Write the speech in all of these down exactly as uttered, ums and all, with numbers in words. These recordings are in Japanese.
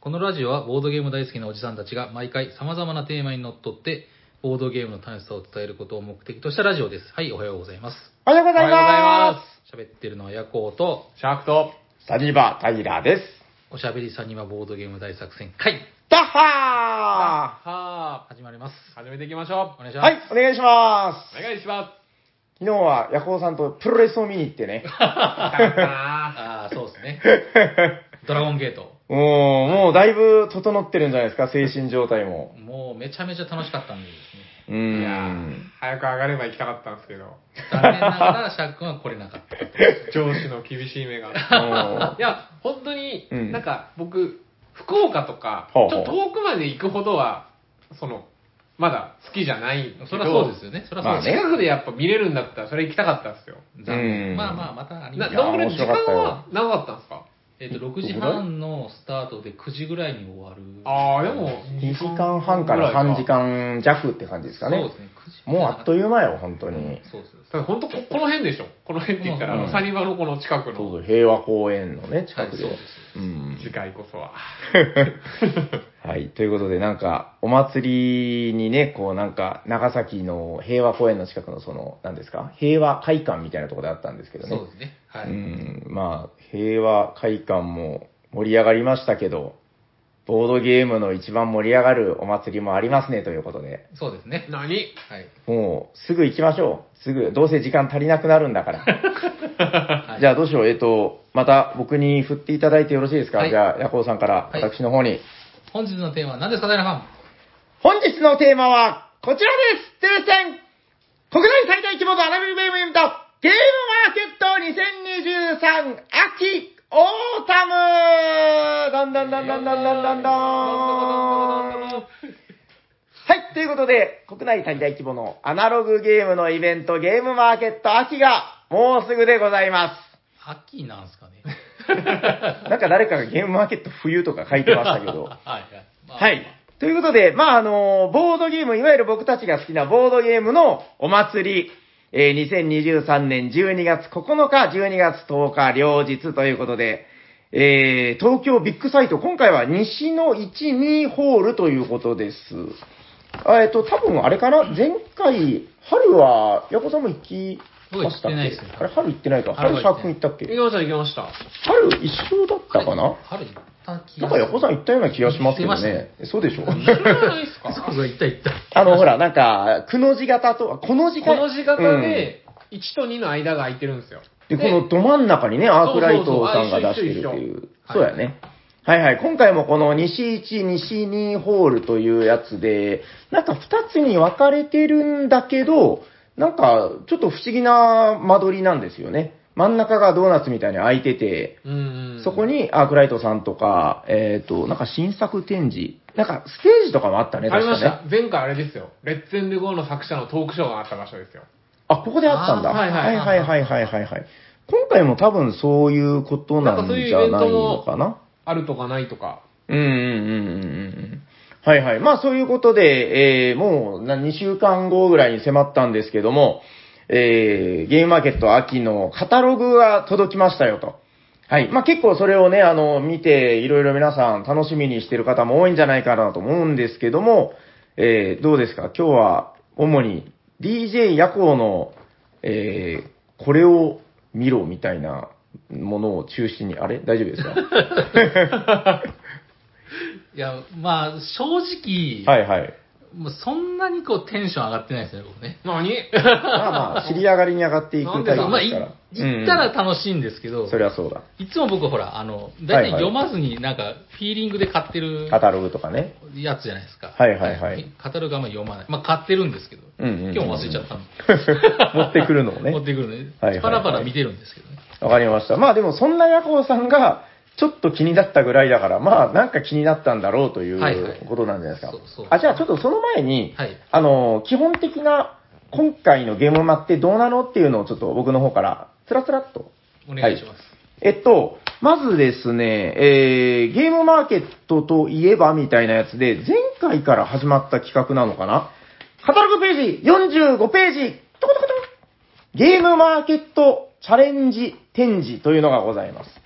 このラジオはボードゲーム大好きなおじさんたちが毎回様々なテーマにのっとってボードゲームの楽しさを伝えることを目的としたラジオです。はい、おはようございます。 おはようございます。 喋ってるのはヤコウとシャークとサニバタイラーです。 おしゃべりサニバボードゲーム大作戦会ダッハーは始まります。 始めていきましょう。 お願いします。 はい、お願いします。 お願いします。 昨日はヤコウさんとプロレスを見に行ってね。 ああ、そうですね。ドラゴンゲート。 もう、もうだいぶ整ってるんじゃないですか、精神状態も。 もうめちゃめちゃ楽しかったんでですね。 うーん。 いやー早く上がれば行きたかったんですけど、 残念ながらシャーク君は来れなかったと。 上司の厳しい目が。 もいや、本当に、 うんなんか僕、福岡とか、 ほうほうちょっと遠くまで行くほどは、その、まだ好きじゃないんですけそど、 りゃそうですよね。そりゃそうですまあね近くでやっぱ見れるんだったら、それ行きたかったんですよ。 残念うんまあまあ、またありな、 ます。 どんぐらい時間面白かったよは長かったんですか？ えっと、ろくじはんのスタートでくじぐらいに終わる。 ああ、でも、 うにじかんはんからさんじかん弱って感じですかね。 そうですね。くじもうあっという間よ、本当に。 そうです。 ただ本当こ、この辺でしょ。この辺って言ったら、 うんあの、サニバのこの近くのそうそう、平和公園のね、近くで。 はいそうですうん。 次回こそは。 はい。ということで、なんか、お祭りにね、こう、なんか、長崎の平和公園の近くの、その、なんですか、平和会館みたいなところであったんですけどね。 そうですね。はうい。 ん。まあ、平和会館も盛り上がりましたけど、ボードゲームの一番盛り上がるお祭りもありますね、ということで。 そうですね。 何はい。 もう、すぐ行きましょう。すぐ、どうせ時間足りなくなるんだから。 はいじゃあ、どうしよう。えっと、また僕に振っていただいてよろしいですか、 はいじゃあ、ヤコウさんからはい私の方に。 本日のテーマは何ですか、平さん。 本日のテーマは、こちらですてれせん国内最大規模のアナログゲームイベント、ゲームマーケットにせんにじゅうさん秋オータムどんどんどんどんどんどんどんどんはい、ということで、国内最大規模のアナログゲームのイベント、ゲームマーケット秋がもうすぐでございます。 秋なんすかね。 なんか誰かがゲームマーケット冬とか書いてましたけど。 はいはい。まあはい。ということで、まあ、あの、ボードゲーム、いわゆる僕たちが好きなボードゲームのお祭り、えー、にせんにじゅうさんねんじゅうにがつここのか、じゅうにがつとおか、両日ということで、えー、東京ビッグサイト、今回は西のいち、にホールということです。あえっと、多分あれかな前回、春は、ヤコさんも行きましたっけ？ 僕行ってないですねあれ、春行ってないか。春シャーク君行ったっけ？ 行きました、行きました。 春一緒だったかな？ 春行った気なんがかヤコさん行ったような気がしますけど行ってまね。そうでしょ知らないですか？ そうそう、行った行った。 あの、ほら、なんか、くの字型と、この字型。 この字型うんで、いちとにの間が空いてるんですよ。 で、このど真ん中にね、アークライトさんが出してるってそうそうそういう。 あそうやね。はいはい。今回もこの西いち、西にホールというやつで、なんかふたつに分かれてるんだけど、なんかちょっと不思議な間取りなんですよね。真ん中がドーナツみたいに開いてて、 うんうん。 そこにアークライトさんとか、えっ、と、なんか新作展示、なんかステージとかもあったね、 ありま確かね。 した。前回あれですよ。レッツエンデゴーの作者のトークショーがあった場所ですよ。 あ、ここであったんだ。 あーはいはいはいはいはいはいはい。今回も多分そういうことなんじゃないのかな。 あるとかないとか。 うんうんうんうんうん。はいはい。まあそういうことで、えー、もうなにしゅうかんごぐらいに迫ったんですけども、えー、ゲームマーケット秋のカタログが届きましたよと。はい。まあ結構それをね、あの、見て、いろいろ皆さん楽しみにしてる方も多いんじゃないかなと思うんですけども、えー、どうですか今日は主に ディージェー ヤコウの、えー、これを見ろみたいなものを中心に、あれ大丈夫ですかいや、まあ、正直、 はいはい。 もうそんなにこうテンション上がってないですね、僕ね。 何まあまあ、尻上がりに上がっていくタイプですから。 まあ、い行ったら楽しいんですけど、 うん、そりゃそうだ。 いつも僕ほら、あの、大体読まずになんか、フィーリングで買ってるカタログとかね。 やつじゃないですか。 はいはいはいカタログはあんまり読まない。まあ、買ってるんですけど、 うんうんうんうん今日も忘れちゃったの。 持ってくるのをね。 持ってくるのね。 はいはいはいパラパラ見てるんですけどね。 わかりました。まあでもそんなヤコウさんがちょっと気になったぐらいだから、まあなんか気になったんだろうといはいはいうことなんじゃないですか。 そうそうあ、じゃあちょっとその前に、 はいあの、基本的な今回のゲームマってどうなのっていうのをちょっと僕の方からつらつらっと。 お願いします。 はいえっと、まずですね、えー、ゲームマーケットといえばみたいなやつで、前回から始まった企画なのかなカタログページよんじゅうごページ、トコトコトコゲームマーケットチャレンジ展示というのがございます。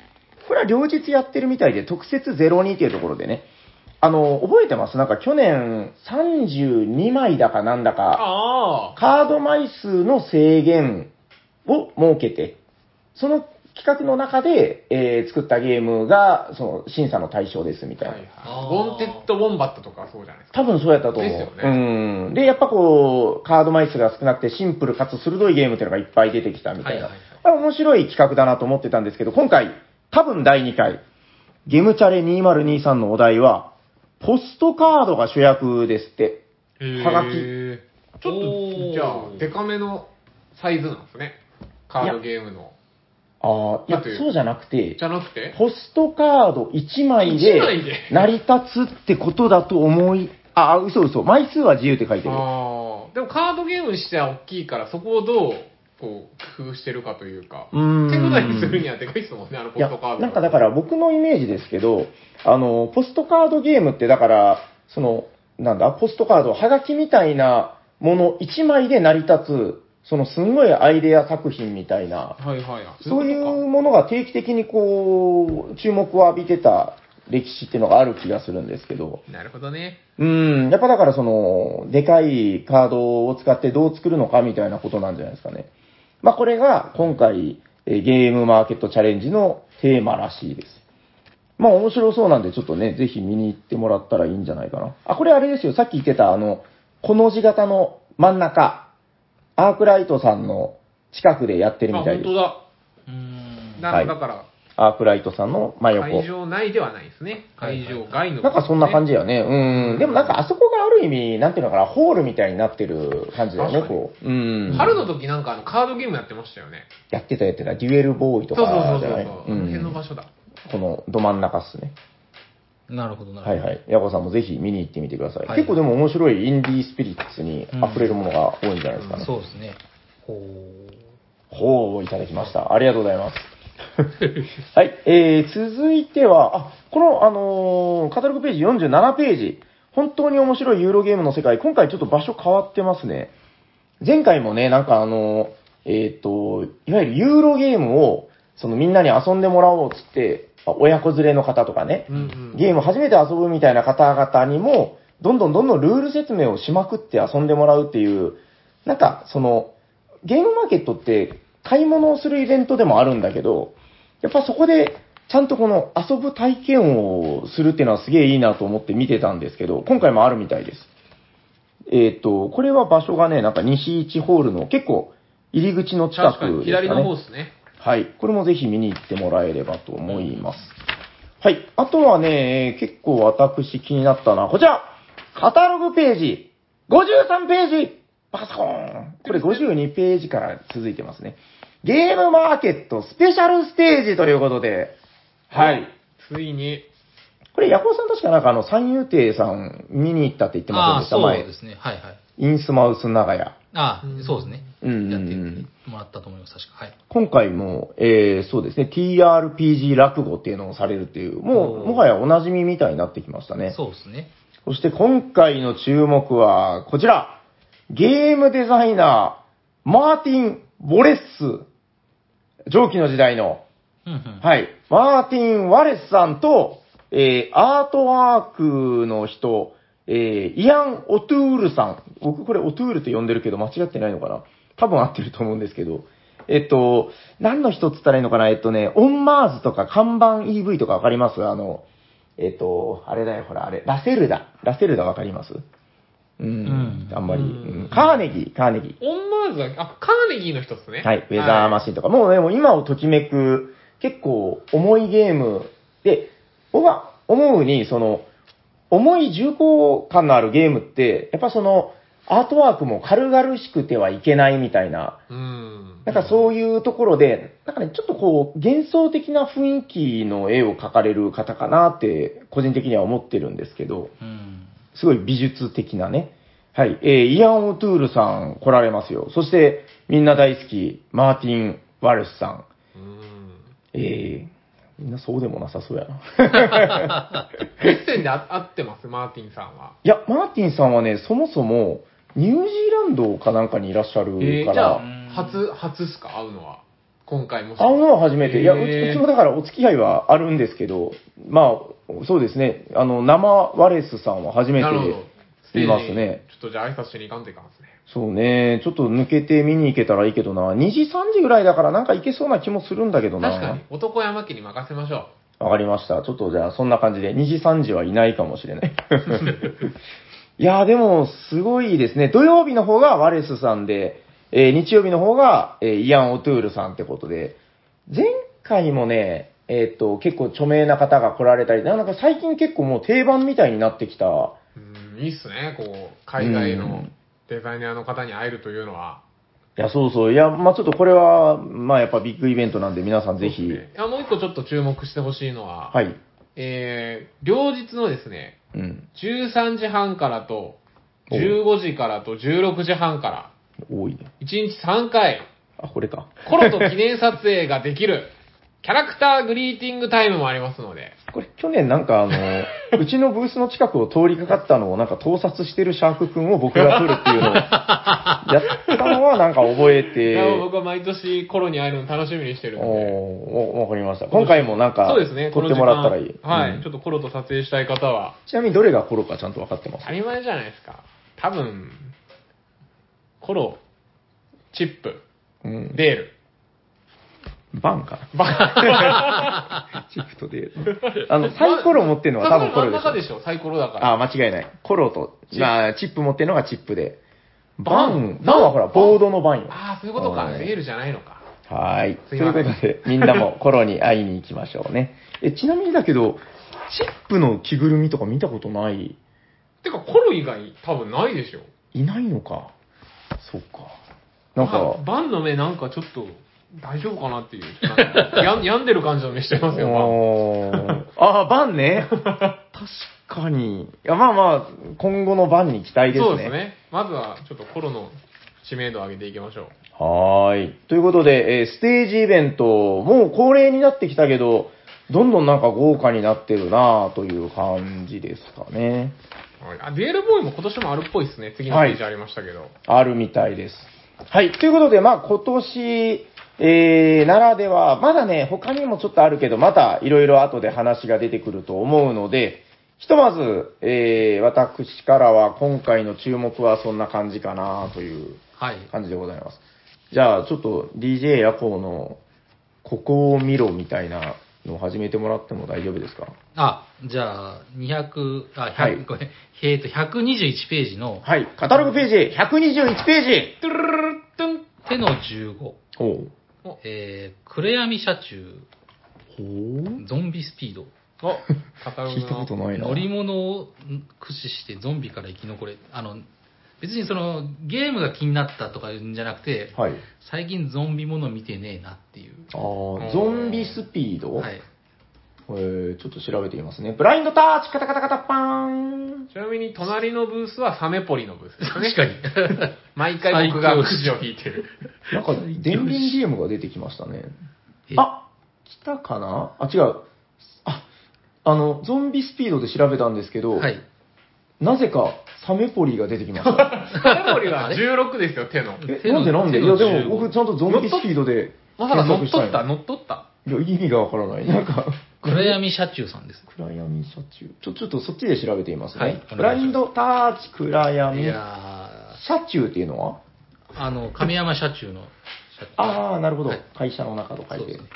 これは両日やってるみたいで、特設ゼロにっていうところでね、あの、覚えてます？なんか去年さんじゅうにまいだかなんだか、 ああ。 カード枚数の制限を設けて、その企画の中で、えー作ったゲームが、その、審査の対象ですみたいな。 はいはい。 あーウォンテッド・ウォンバットとかそうじゃないですか。 多分そうやったと思う。 ですよねうん。で、やっぱこう、カード枚数が少なくてシンプルかつ鋭いゲームっていうのがいっぱい出てきたみたいな。 はいはいはいこれ面白い企画だなと思ってたんですけど、今回、多分だいにかい、ゲームチャレにせんにじゅうさんのお題は、ポストカードが主役ですって。はがき。 へーちょっおーと、じゃあ、デカめのサイズなんですね。カードゲームの。 ああ、いやだって、 そうじゃなくてじ、ゃなくてポストカードいちまいいちでまいで成り立つってことだと思い、あ、嘘嘘。枚数は自由って書いてる。 ああ、でもカードゲームにしては大きいから、そこをどう、こう、工夫してるかというか。 うーん手札にするにはでかいですもんね、あのポいやストカード。 なんかだから僕のイメージですけど、あの、ポストカードゲームってだから、その、なんだ、ポストカード、はがきみたいなものいちまいで成り立つ、そのすんごいアイデア作品みたいな、 はいはい。あそういことかうものが定期的にこう、注目を浴びてた歴史っていうのがある気がするんですけど、 なるほどね。 うん、やっぱだからその、でかいカードを使ってどう作るのかみたいなことなんじゃないですかね。まあこれが今回、えーゲームマーケットチャレンジのテーマらしいです。まあ面白そうなんでちょっとね、ぜひ見に行ってもらったらいいんじゃないかな。あ、これあれですよ、さっき言ってたあの、この字型の真ん中、アークライトさんの近くでやってるあ、 みたいです。 本当だ。 うーん。 なはいだから、 アークライトさんの真横。 会場内ではないですね。会場外の、 なんかそんな感じや。 やね。うん。でもなんかあそこがある意味、なんていうのかな、ホールみたいになってる感じだよね、 確かにこう。うん。 春の時なんかあのカードゲームやってましたよね。 やってたやってた、デュエルボーイとそうそうかそうそう。 じゃないあの辺の場所だ。 このど真ん中っすね。 なるほどなるほど。 はいはい。ヤコさんもぜひ見に行ってみてください。 はい結構でも面白いインディースピリッツに溢れるものが多いんじゃないですかね。 そうですね。ほほう、いただきました。ありがとうございます。はい、えー、続いては、あ、この、あのーカタログページよんじゅうななページ、本当に面白いユーロゲームの世界、今回ちょっと場所変わってますね。前回もね、なんかあのーえっ、と、いわゆるユーロゲームを、そのみんなに遊んでもらおうっつって、あ親子連れの方とかね、 うんうん。 ゲーム初めて遊ぶみたいな方々にも、どんどんどんどんルール説明をしまくって遊んでもらうっていう、なんかその、ゲームマーケットって買い物をするイベントでもあるんだけど、やっぱそこでちゃんとこの遊ぶ体験をするっていうのはすげえいいなと思って見てたんですけど、今回もあるみたいです。えっ、と、これは場所がね、なんか西一ホールの結構入り口の近確かにくですかね。 左の方ですね。 はい。これもぜひ見に行ってもらえればと思います。はい。あとはね、結構私気になったのは、こちらカタログページごじゅうさんページパソコンこれごじゅうにページから続いてますね。ゲームマーケットスペシャルステージということで、はい。 ついに。 これ、ヤコウさん確かなんかあの、三遊亭さん見に行ったって言ってませんああ、 でしたそう前で。すね。はいはい。 インスマウス長屋。 ああうん、 そうですね。 うんうんうんやってもらったと思います、確か。はい。 今回も、えー、そうですね、ティーアールピージー 落語っていうのをされるっていう、もう、 おーもはやお馴染みみたいになってきましたね。 そうですね。 そして今回の注目は、こちら。ゲームデザイナー、マーティン・ウォレッス。上記の時代の、 うんうん。 はい、マーティン・ワレスさんと、えー、アートワークの人、えー、イアン・オトゥールさん。僕これオトゥールって呼んでるけど間違ってないのかな多分合ってると思うんですけど。えっと、何の人っつったらいいのかなえっとね、オンマーズとか看板 イーブイ とかわかりますあの、えっと、あれだよ、ほら、あれ、ラセルダ。ラセルダわかりますうん、 うんあんまり、 うんうんカーネギー、カーネギー。 オンマーズは、あ、カーネギーの人ですね。 はい、ウェザーマシンとか、もうね、もう今をときめく、結構重いゲームで、僕は思うに、その、重い重厚感のあるゲームって、やっぱその、アートワークも軽々しくてはいけないみたいな、 うん。 なんかそういうところで、なんかね、ちょっとこう、幻想的な雰囲気の絵を描かれる方かなって、個人的には思ってるんですけど、 うん。 すごい美術的なね。はい。えー、イアン・オトゥールさん来られますよ。そして、みんな大好き、マーティン・ワルスさん。 うん。 えー、みんなそうでもなさそうやな。 実践であ合ってます、マーティンさんは。 いや、マーティンさんはね、そもそも、ニュージーランドかなんかにいらっしゃるから、 えー、じゃあうん、 初、初っすか、会うのは。 今回も。 会うのは初めて。いや、うちへーうちもだからお付き合いはあるんですけど、まあ、そうですね。あの、生ワレスさんは初めなるほど。 ていますね。 ちょっとじゃあ挨拶しに行かんといかんですね。 そうね。ちょっと抜けて見に行けたらいいけどな。にじ、さんじぐらいだからなんか行けそうな気もするんだけどな。 確かに、男山家に任せましょわかりました。ちょっとじゃあそんな感じで、にじさんじはいないかもしれない。いやーでも、すごいですね。土曜日の方がワレスさんで、えー日曜日の方が、えーイアン・オトゥールさんってことで、前回もね、えっ、と、結構著名な方が来られたり、なんか最近結構もう定番みたいになってきた。 う。うん、いいっすね。こう、海外のうんデザイナーの方に会えるというのは。 いや、そうそう。いや、まあちょっとこれは、まあやっぱビッグイベントなんで皆さんぜひ。 そうですねいやもう一個ちょっと注目してほしいのは、 はい。 えー、両日のですね、 うん。 じゅうさんじはんからと、 おじゅうごじからとじゅうろくじはんから、 多いね。 いちにちさんかい、 あ、これか。 コロと記念撮影ができる、キャラクターグリーティングタイムもありますので、 これ去年なんかあの、うちのブースの近くを通りかかったのをなんか盗撮してるシャークくんを僕が撮るっていうのをやったのはなんか覚えいやて、 僕は毎年コロに会えるの楽しみにしてるんで。 おーわかりました。今回もなんかそうですね、 撮ってもらったらいい。 この時間はい、 うんちょっとコロと撮影したい方は、 ちなみにどれがコロかちゃんと分かってます当たり前じゃないですか。多分、コロ、チップ、 うん。 デール。 バンかバな。チップとデール。あの、サイコロ持ってるのは多分コロでしょ。 真ん中でしょ、サイコロだから。 あ、間違いない。コロと、 チップまあ、チップ持ってるのがチップで。ババンン、 バンはほら、ボードのバンよ。 ああ、そういうことか。 うんデールじゃないのか。 はーい。とすいませんいうことで、みんなもコロに会いに行きましょうね。え、ちなみにだけど、チップの着ぐるみとか見たことないてか、コロ以外多分ないでしょ。 いないのか。そっか。なんか、 ババンの目なんかちょっと大丈夫かなっていう。なんかや病んでる感じの目してますよ、バン。 おーああ、バンね。確かに。いや、まあまあ、今後のバンに期待ですね。 そうですね。まずはちょっとコロの知名度を上げていきましょう。 はーい。ということで、えーステージイベント、もう恒例になってきたけど、どんどんなんか豪華になってるなぁという感じですかね。 はいあ、デュエルボーイも今年もあるっぽいですね。次のページありましたけど。 あるみたいです。はい。ということで、まあ今年、えー、ならでは、まだね、他にもちょっとあるけど、またいろいろ後で話が出てくると思うので、ひとまず、えー、私からは今回の注目はそんな感じかなというはい。 感じでございます。じゃあ、ちょっと ディージェー ヤコウの、ここを見ろみたいなのを始めてもらっても大丈夫ですか？ あ、じゃあ、にひゃく、あ、ひゃく、 はいこれ、えっと、ひゃくにじゅういちページの、 はい。カタログページ、ひゃくにじゅういちページ。 トゥルルルルトゥン。 手のじゅうご、 ほう。 お、 えー、暗闇車中、 ほうゾンビスピード、 お、カタログ聞いたことの。 ないな。 乗り物を駆使してゾンビから生き残れ。あの、別にその、ゲームが気になったとかいうんじゃなくて、 はい。 最近ゾンビもの見てねえなっていう。 あーゾンビスピードはい。 えー、ちょっと調べてみますね。ブラインドタッチ、カタカタカタパーン。 ちなみに隣のブースはサメポリのブースですね。 確かに。 毎回僕がくじを引いてる。 なんか、電輪ゲームが出てきましたね。 えあ、来たかなあ、違う。あ、あの、ゾンビスピードで調べたんですけど、 はい。 なぜかサメポリが出てきました。 サメポリはじゅうろくですよ、手の。 え、 手のなんでなんでいや、 手のでもじゅうご僕ちゃんとゾンビスピードでまさか乗っ検索したい取った乗っ取ったいや、意味がわからない。なんか、 暗闇車中さんです。 暗闇車中。ちょ、ちょっとそっちで調べてみますね。 はいブラインドタッチ、暗い闇、 や車中っていうのはー、あの、亀山車中の車中。 ああ、なるほど、 はい会社の中と書いて。 そうですね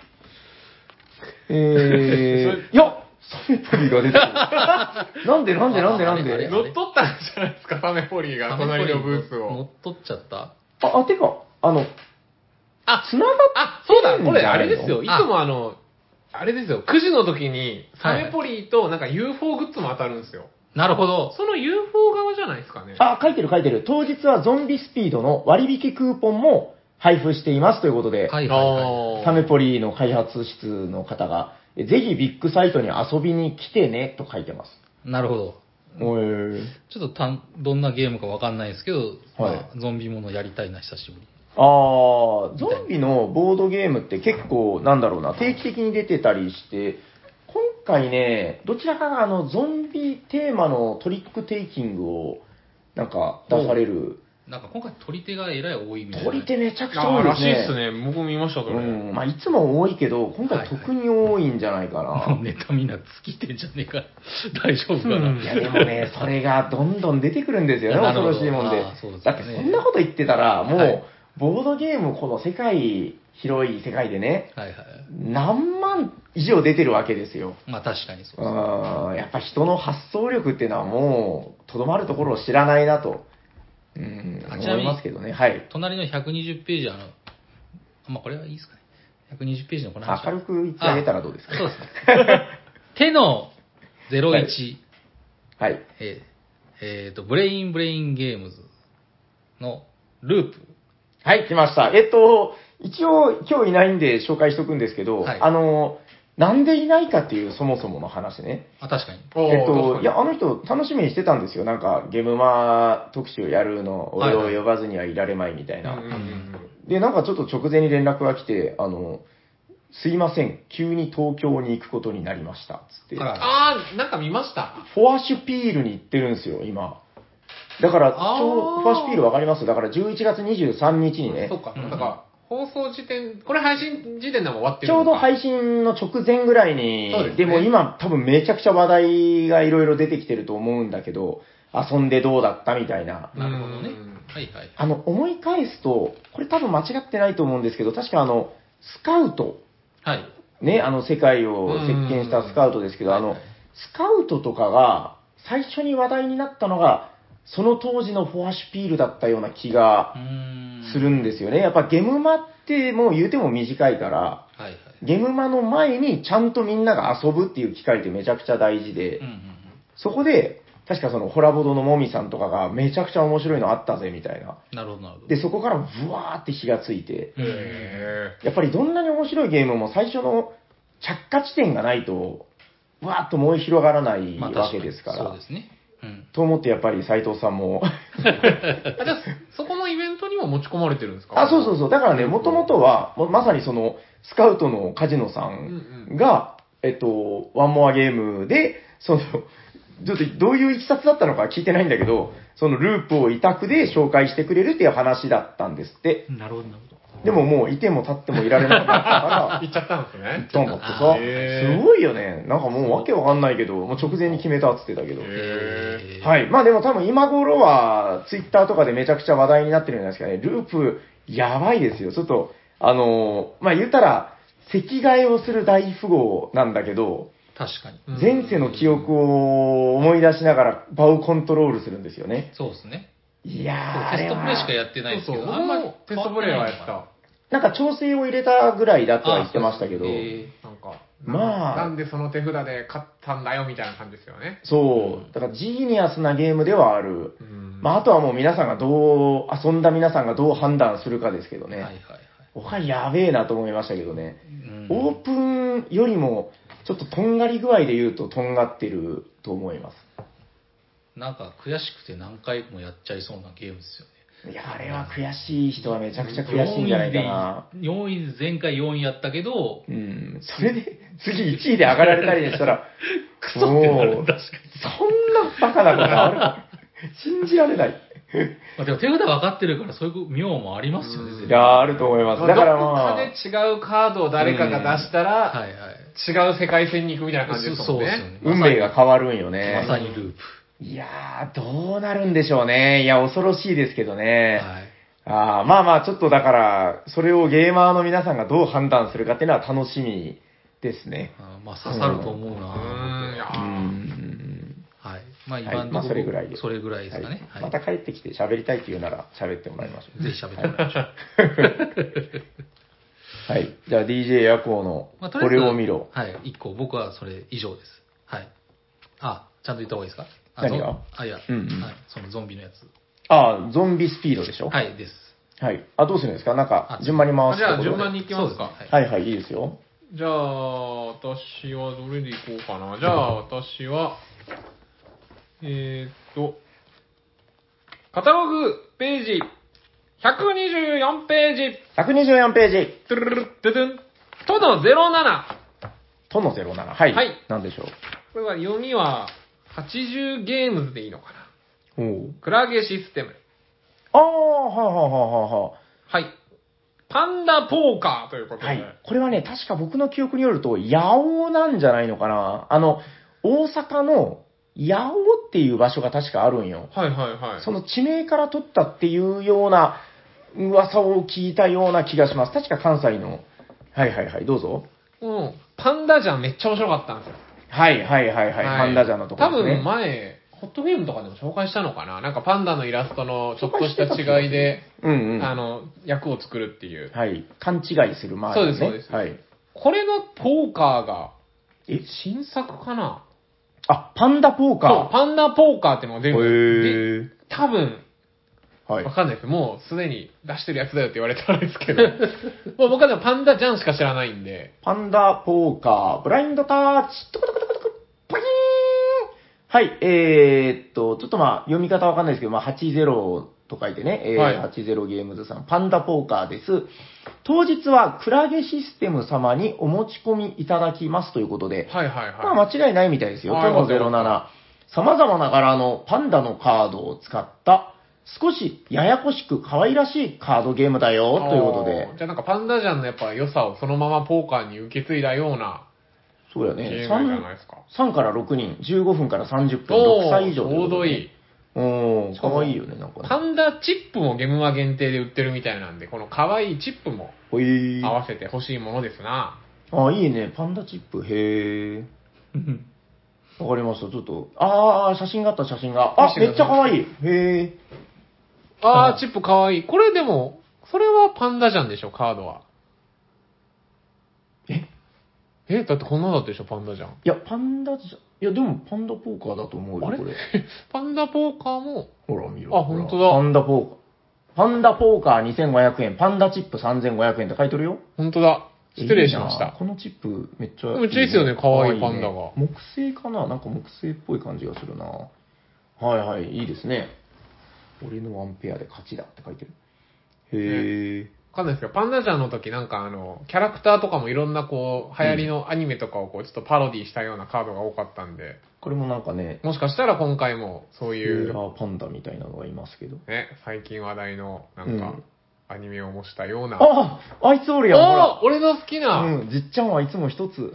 えー、いや、サメポリが出てくる。なんでなんでなんでなんああれあれで乗っ取ったんじゃないですか、サメポリが隣のブースを。 乗っ取っちゃったあ、あ、てか、あの、 あ、 繋がっあ、そうだ、これあれいいんじゃないのですよ。いつもあの、あれですよ、くじの時にサメポリとなんか ユーフォー グッズも当たるんですよ。 なるほど。 その ユーフォー 側じゃないですかね。 あ、書いてる書いてる。当日はゾンビスピードの割引クーポンも配布していますということで、 はいはいはい。 サメポリの開発室の方が、えぜひビッグサイトに遊びに来てねと書いてます。 なるほど。 おーちょっとたんどんなゲームかわかんないですけど、 はいまあ、ゾンビものやりたいな、久しぶり。 あー、ゾンビのボードゲームって結構、なんだろうな、定期的に出てたりして、今回ね、どちらかがあの、ゾンビテーマのトリックテイキングを、なんか出されるなんか今回取り手がえらい多いみたいな。 取り手めちゃくちゃああ、 多いですね。 らしいっすね。僕見ました、それ。 うん。まあ、いつも多いけど、今回特に多いんじゃないかな。 もうネタみんな尽きてんじゃねえか。大丈夫かな。 うんいや、でもね、それがどんどん出てくるんですよね、 なるほど恐ろしいもんで。 あーそうですだねってそんなこと言ってたら、もう、 はいボードゲーム、この世界、広い世界でね、 はいはい。 何万以上出てるわけですよ。 まあ確かにそううですね。 ん、やっぱ人の発想力っていうのはもう、とどまるところを知らないなと、うん、思あちなみにいますけどね。はい。 隣のひゃくにじゅうページ、あの、まあこれはいいですかね。ひゃくにじゅうページのこの話は。 明るく言ってあげたらどうですか。 あそうですね。手のゼロイチ、 はい。 えーえーと、ブレインブレインゲームズのループ。 はい、来ました。えっと、一応、今日いないんで紹介しとくんですけど、 はいあの、なんでいないかっていうそもそもの話ね。 あ、確かに。 おーえっと、 確かにいや、あの人、楽しみにしてたんですよ。なんか、ゲームマ特集やるの、 はいはい俺を呼ばずにはいられまいみたいな。 うんうんうんで、なんかちょっと直前に連絡が来て、あの、すいません、急に東京に行くことになりました。つって。 あらあー、なんか見ました。 フォアシュピールに行ってるんですよ、今。だから、ちあーょうフォアシュピールわかります？だからじゅういちがつにじゅうさんにちにねそう、か、 うんだから、放送時点、これ配信時点でも終わってちるのかょうど配信の直前ぐらいに、 そうですねも今多分めちゃくちゃ話題がいろいろ出てきてると思うんだけど、遊んでどうだったみたいな。 なるほどねうん。 はいはい。 あの、思い返すと、これ多分間違ってないと思うんですけど、確かあの、スカウト、 はい。 ね、あの世界を席巻したスカウトですけど、あのうんはいはい、 スカウトとかが最初に話題になったのが、その当時のフォアシュピールだったような気がうーん。 するんですよね。やっぱゲムマってもう言うても短いから、 はいはい。 ゲムマの前にちゃんとみんなが遊ぶっていう機会ってめちゃくちゃ大事で、 うんうんうん。 そこで、確かそのホラボドのもみさんとかがめちゃくちゃ面白いのあったぜみたいな。 なるほどなるほど。 で、そこからブワーって火がついて、 うんへやっぱりどんなに面白いゲームも最初の着火地点がないと、わーっと燃え広がらないまあわけですから。 そうですね。うん。 と思ってやっぱり斉藤さんもーあじゃあ、そこのイベントにも持ち込まれてるんですか。 あ、そうそうそうう。だからね、もともとは、もうまさにその、スカウトのカジノさんが、えっと、ワンモアゲームで、その、ちょっとどういういきさつだったのか聞いてないんだけど、そのループを委託で紹介してくれるっていう話だったんですって。 なるほどなるほど。 でももういても立ってもいられなかったから、 行っちゃったんですね。 どんどんってあさ、 へーすごいよね。なんかもうわけわかんないけど、もう直前に決めたっつってたけど。 へはい。まあでも多分今頃は、ツイッターとかでめちゃくちゃ話題になってるんですけどね、ループ、やばいですよ。ちょっと、あのーまあ言ったら、席替えをする大富豪なんだけど、 確かに。 うん前世の記憶を思い出しながら場をコントロールするんですよね。 そうですね。 いやー、あれテストプレイしかは、 やってないですけど、 そうそう、 あんまり僕もテストプレイはやった。 なんか調整を入れたぐらいだとは言ってましたけど、 えなんか、 まあなんでその手札で勝ったんだよみたいな感じですよね。 そう、だからジーニアスなゲームではある。 うんまあ、あとはもう皆さんがどう、遊んだ皆さんがどう判断するかですけどね。 はいはいはい。 僕はやべえなと思いましたけどね。 うんオープンよりも、ちょっととんがり具合で言うととんがってると思います。 なんか悔しくて何回もやっちゃいそうなゲームですよね。 いや、あれは悔しい人はめちゃくちゃ悔しいんじゃないかな。 よんいで、前回よんいやったけど、 うん。それで、次いちいで上がられたりしたら、 クソってなるもう確かに。 そんなバカなことあるか信じられない。 まあ、でも手札分かってるからそういう妙もありますよね、絶対いや、あると思います。だからまあ、 どこかで違うカードを誰かが出したら、 はいはい。 違う世界線に行くみたいな感じですもんね。 そうですよね。 運命が変わるんよね。 まさにループ。 いやー、どうなるんでしょうね。いや、恐ろしいですけどね。 はい。 あーまあまあ、ちょっとだから、それをゲーマーの皆さんがどう判断するかっていうのは楽しみですね。 あーまあ刺さると思うな、 うん、い僕やうーん。 はい。まあ今はい、まあのところ、 それぐらいで。 それぐらいですかね。はい。 はいまた帰ってきて喋りたいっていうなら喋ってもらいましょう。 ぜひ喋ってもらいましょう。 はい。じゃあ ディージェー ヤコウの、 まあ、とりあこえずれを見ろ。 はい。いっこ、僕はそれ以上です。はい。あ、ちゃんと言った方がいいですかあ何がゾンあ、いや、 うんうんはい。そのゾンビのやつ。 ああ、ゾンビスピードでしょはい、です。 はい。あ、どうするんですかなんかあ、 順番に回すじゃあってこと順番に行きますか。 そうですねはいはい、いいですよ。 じゃあ、私はどれで行こうかな。じゃあ、私は、えーっと、カタログページ、ひゃくにじゅうよんページ、 ひゃくにじゅうよんページ。 トゥルルルドゥドゥン、とのゼロなな。 とのゼロなな。はい。 はいなんでしょこれは読みは、はちじゅうゲームズでいいのかな。 う。おう。 クラゲシステム。 ああ、はあ、はあ、はあ、ははい。パンダポーカーということあ。 で。 はい。これはね、確か僕の記憶によると、八尾なんじゃないのかな。あの、大阪の八尾っていう場所が確かあるんよ。 はいはいはい。 その地名から取ったっていうような噂を聞いたような気がします。確か関西の。はいはいはい、どうぞ。 うん。パンダジャンめっちゃ面白かったんですよ。 はいはいはいはい、パンダジャンのところですね。 多分前、ホットゲームとかでも紹介したのかななんかパンダのイラストのちょっとした違いで、 うんうん。 あの、役を作るっていう。 はい。勘違いするマージ、ね。 そうですそうですはい。 これのポーカーが、 え新作かなあ、パンダポーカー。 そう、パンダポーカーっていうのが出る。 へで多分、 はいわ。かんないです。もうすでに出してるやつだよって言われたらあれですけど。もう僕はでもパンダジャンしか知らないんで。 パンダポーカー、ブラインドタッチ、トコトコトコトコ、パキーン。はい、えー、っと、ちょっとまあ、読み方わかんないですけど、まあ、はちじゅうと書いてね、えーはいはちじゅうゲームズさん、パンダポーカーです。当日はクラゲシステム様にお持ち込みいただきますということで、 はいはいはい。 まあ間違いないみたいですよ。 あートモゼよかったよかロなな。様々な柄のパンダのカードを使った、少しややこしく可愛らしいカードゲームだよ、ということであー。じゃあなんかパンダジャンのやっぱ良さをそのままポーカーに受け継いだようなそうやね。 ゲームじゃないですか。 さんからろくにん、じゅうごふんからさんじゅっぷん、ろくさい以上とちょうどいい。 い。 うん、かわいいよね、なんかね。 パンダチップもゲームは限定で売ってるみたいなんで、この可愛いチップもほい合わせて欲しいものですな。 あ、いいね。パンダチップ。へー。わかりました。ちょっと。あー、写真があった、写真が。あ、めっちゃかわいい。へあー、チップ可愛い。これでも、それはパンダジャンでしょ、カードは。 ー。ええ、だってこんなだったでしょ、パンダジャン。 いや、パンダじゃ、いや、でもパンダポーカーだと思うよ、 あれこれ。 パンダポーカーも、 ほら、見ろ。 あほらほんとだパンダポーカー。パンダポーカーにせんごひゃくえん、パンダチップさんぜんごひゃくえんって書いてるよ。 ほんとだ。失礼しました。 いいなこのチップめっちゃめっちゃいいっすよね可愛いパンダが可愛いね木製かななんか木製っぽい感じがするな。はいはい、いいですね。俺のワンペアで勝ちだって書いてる。へえ。 わかんないですけど、パンダジャンの時なんかあの、キャラクターとかもいろんなこう、流行りのアニメとかをこう、ちょっとパロディしたようなカードが多かったんで、 これもなんかね、 もしかしたら今回もそうセいう、 ーラーパンダみたいなのがいますけど。 ね、最近話題のなんかうん、 アニメを模したような。 ああいつおるやん、ほら。 おー俺の好きな、 うん、じっちゃんはいつも一つ。 違う。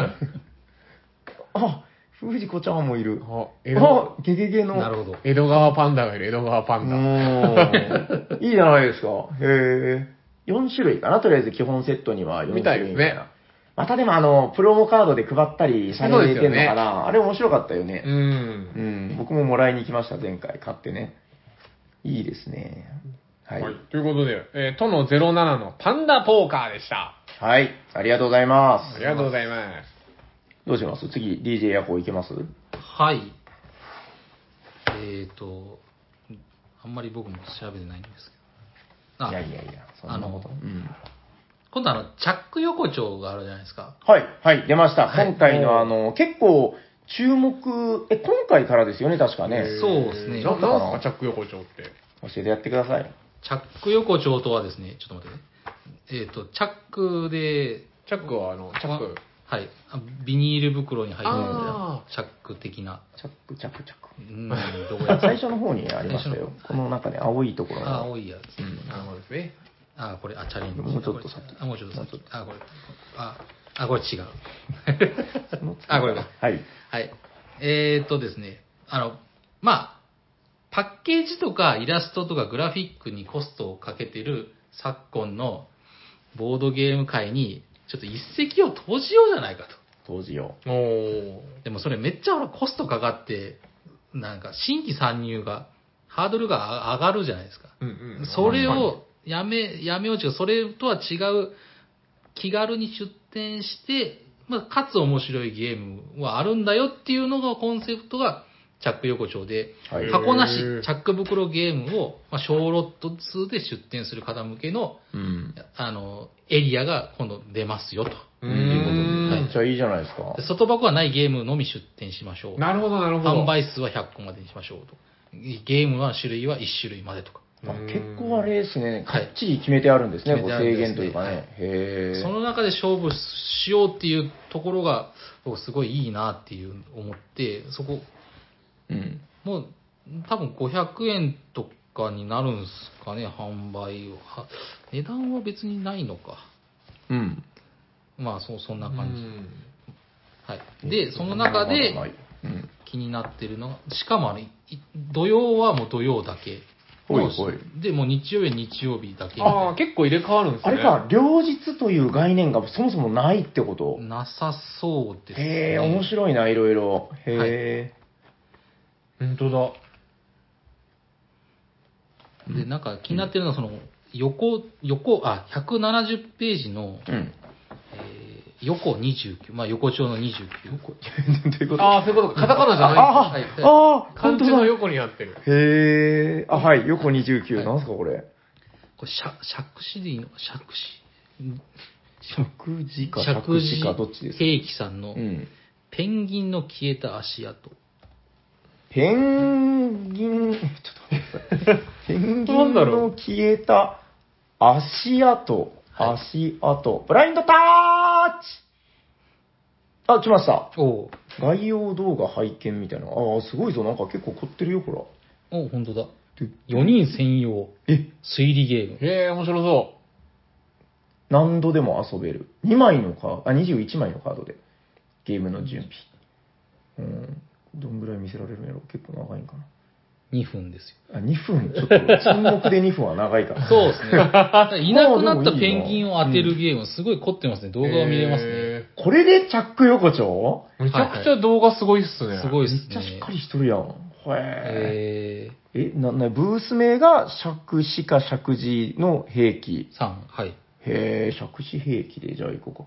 あ、藤子ちゃんもいる。 あ、江戸、 あ、ゲゲゲの。 なるほど。 江戸川パンダがいる、江戸川パうンダ。 ーん。いいじゃないですか。へえ。よん種類かな、とりあえず基本セットにはよんみたいですね種類みたいな。またでもあの、プロモカードで配ったりされてるのかな、 そうあれ面白かったようね。 ん。 うん、僕ももらいに行きました、前回買ってね。いいですね。はい。 はい。ということで、えー、とのゼロななのパンダポーカーでした。 はい、ありがとうございます。 ありがとうございます。 どうします次、ディージェー ヤコウいけます？ はい。えーと、あんまり僕も調べてないんですけど。あいやいやいや、そんなこと。 あのうん。 今度あの、チャック横丁があるじゃないですか。 はい、はい、出ました。 はい今回のあの、結構、注目、え、今回からですよね、確かね。 そうですねなだったかななんすか、チャック横丁って。 教えてやってください。 チャック横丁とはですね、ちょっと待ってね。えっ、と、チャックで、 チャックはあの、チャック。 はい。あビニール袋に入ってるあチャック的な。 チャック、チャック、チャック。 うん、どこや最初の方にありました最初の。 よこの中で青いところの。 あ、青いやつ。 うんなるほどですね。 あ、これ、あ、チャレンジ。 もうちょっと先あ、もうちょっと先もうちょっ。 あ、これ、あ、あ、これ違う。 その次あ、これか。 はい。 はい。えー、っとですね、あの、まあ、パッケージとかイラストとかグラフィックにコストをかけてる昨今のボードゲーム界に、ちょっと一石を投じようじゃないかと。 当時よ。 おー。 でもそれめっちゃほらコストかかって、なんか新規参入が、ハードルが上がるじゃないですか。 うんうん。 それはいをやめ、やめよう違う、それとは違う、気軽に出店して、まあ、かつ面白いゲームはあるんだよっていうのがコンセプトが、チャック横丁で、 はい箱なしへーチャック袋ゲームを、まあ、小ロット数で出店する方向けの、 うん。 あの、エリアが今度出ますよと。 ういうことでーんめっちゃいいじゃないですかで。外箱がないゲームのみ出店しましょう。 なるほど、なるほど。 販売数はひゃっこまでにしましょうと。ゲームは種類はいち種類までとか。 あ結構あれですね、かはいっちり決めてあるんですね、 決めてあこう制るんですね限というかね。へえ。 その中で勝負しようっていうところが、僕すごいいいなっていう思って、そこ、 うん。 もう多分ごひゃくえんとかになるんすかね、販売は。値段は別にないのか。 うん。 まあ、そう、そんな感じ。 うんはい。で、その中でうん。 気になってるのが、しかもあれ、い土曜はもう土曜だけ。 ほいほい。 で、もう日曜日は日曜日だけみたいな。 ああ、結構入れ替わるんですね。 あれか、両日という概念がそもそもないってこと？ なさそうですね。 へえ、面白いな、いろいろ。へ本当だ。 で、なんか気になってるのは、その、横、横、あ、ひゃくななじゅうページの、 え。うん。 えー横にじゅうきゅう、まあ横丁のにじゅうきゅう。 どういうこと？ ああ、そういうことか。カタカナじゃない。 あはいあ、ああ、 漢字本当だ。 の横になってる。 へえ、あ、はい、横にじゅうきゅう。 はいなんすか、これ。 これ、尺、尺子でいいの尺子。 尺字か尺尺字かどっちですか？ 兵器さんの、 うん。 ペンギンの消えた足跡。 ペンギン、ちょっと待ってください。ペンギンの消えた足跡、 はい足跡、ブラインドタッチあ、来ました。 おう概要動画拝見みたいな。ああ、すごいぞ。なんか結構凝ってるよ、ほら。 お、本当だ。 でよにん専用え、 推理ゲーム。 へえ、面白そ何度でも遊べる。にまいのカード、あ、にじゅういちまいのカードで、ゲームの準備。うん。どんぐらい見せられるんやろ？結構長いんかな。 にふんですよ。 あ、にふん、ちょっと沈黙でにふんは長いから。 そうですね。いなくなったペンギンを当てるうんゲーム、すごい凝ってますね。 う。 動画を見れますね。 へこれでチャック横丁ーめちゃくちゃ動画すごいっすね。 すごいめっですね。 ちゃしっかりしとるやん。へえ。 ええ、な、な、ブース名が尺子か尺字の兵器。 ー、さん、はい。 へえ、尺子兵器で、じゃあ行こうか。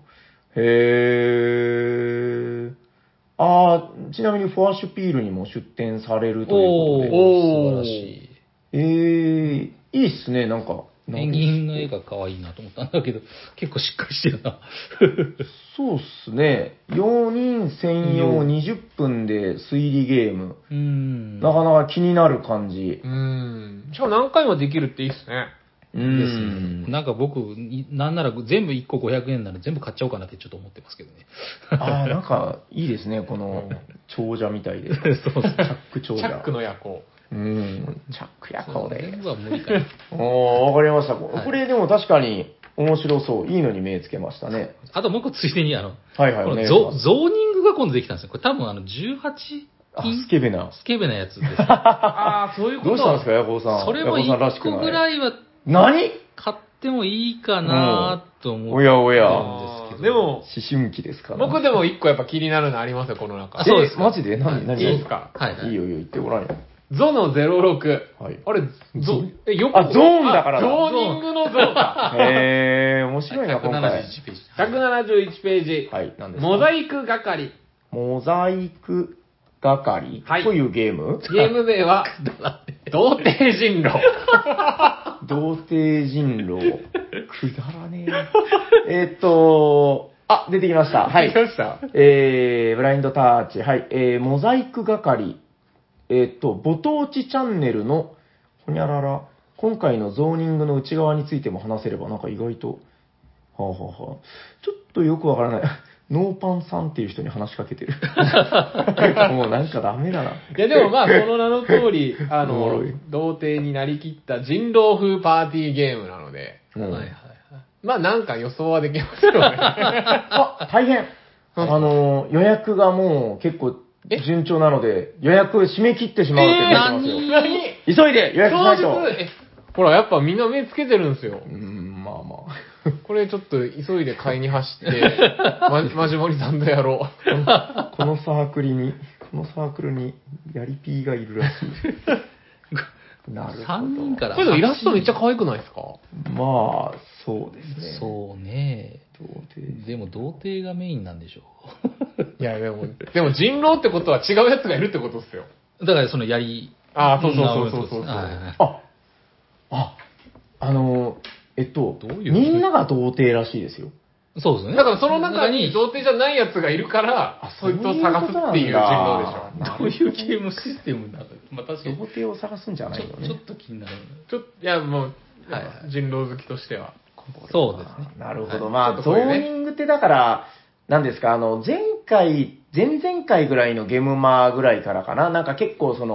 へえ。あー、ちなみにフォアシュピールにも出展されるということで。 おー、素晴らしい。 えー、いいっすね、なんか。 ペンギンの絵が可愛いなと思ったんだけど、結構しっかりしてるな。 そうっすね。よにん専用にじゅっぷんで推理ゲーム。 うーん。 なかなか気になる感じう。ん。しかも何回もできるっていいっすね。 うですんね。。なんか僕、いなんなら全部いっこごひゃくえんなら全部買っちゃおうかなってちょっと思ってますけどね。 ああ、なんかいいですね、このうん長者みたいで。チそうですャック長者。 チャックの夜行。 うん、チャックやこれ。 全部は無理かな。 おー、わかりました。 はいこれでも確かに面白そう。いいのに目つけましたね。 あともう一個ついでに、あの、 はいはい、 このお願いします。 ゾゾーニングが今度できたんですよ。これ多分あのじゅうはちあ、 インスケベな。 スケベなやつです。 ああ、そういうこと。 どうしたんですか、ヤコウさん。 それもヤコウさんらし 1 くない。 個ぐらいは何買ってもいいかなと思っておやおやるんですけど。 でも、 思春期ですから、 僕でも一個やっぱ気になるのありますよ、この中。 あそうですかえマジで何、何いいですかはいはい。 いいよいいよ、言ってごらんよ。 ゾのゼロろく。 はい。 あれ、ゾ、え、よあゾーンだからだあゾーニングのゾか。 へえー、面白いな、今回。 ひゃくななじゅういちページ。 ひゃくななじゅういちページ。 はい、何ですかモザイク係。 モザイク係、 はいというゲームゲーム名は、童貞人狼。 童貞人狼。くだらねえ。えーっと、あ、出てきました。はい出てき。ましたえー、ブラインドタッチ。はい。えー、モザイク係。えーっと、ご当地チャンネルの、ほにゃらら。今回のゾーニングの内側についても話せれば、なんか意外と、はあ、はあはあ、ちょっとよくわからない。ノーパンさんっていう人に話しかけてる。もうなんかダメだな。 いやでもまあ、その名の通り、あのおもろい、 童貞になりきった人狼風パーティーゲームなので、 うんはいはいはい。 まあなんか予想はできますよね。 あ、大変。あの、予約がもう結構え順調なので、予約締め切ってしまうって書いてますよ。 えー何急いで予約しないと。 当日、え、ほら、やっぱみんな目つけてるんですよ。 うん、まあまこれちょっと急いで買いに走って、ま、マジモリさんとやろあ。このサークルに、このサークルにやりピーがいるらしい。なるほど。 さんにんかう。 ら。 これでもイラストめっちゃ可愛くないですかまあ、そうですね。 そうね。 童貞でも童貞がメインなんでしょいや、でも、でも人狼ってことは違うやつがいるってことですよ。 う。だからそのやり、 あーそうそうそうそうそうはいはいはいあ、あ、あの、えっと、 どういうみんなが童貞らしいですよ。 そうですね。 だからその中に童貞じゃないやつがいるから、そいつを探すっていう人狼でしょ。 どういうゲームシステムなのまあ確かに童貞を探すんじゃないよね。 ちょちょっと気になる。 ちょっと、いや、もう、 はいはい人狼好きとしては。 そうですね。 なるほど。 はいまあ、ゾちょっとこういうねーニングってだから、何ですか、あの、前回、前々回ぐらいのゲームマーぐらいからかな、なんか結構その、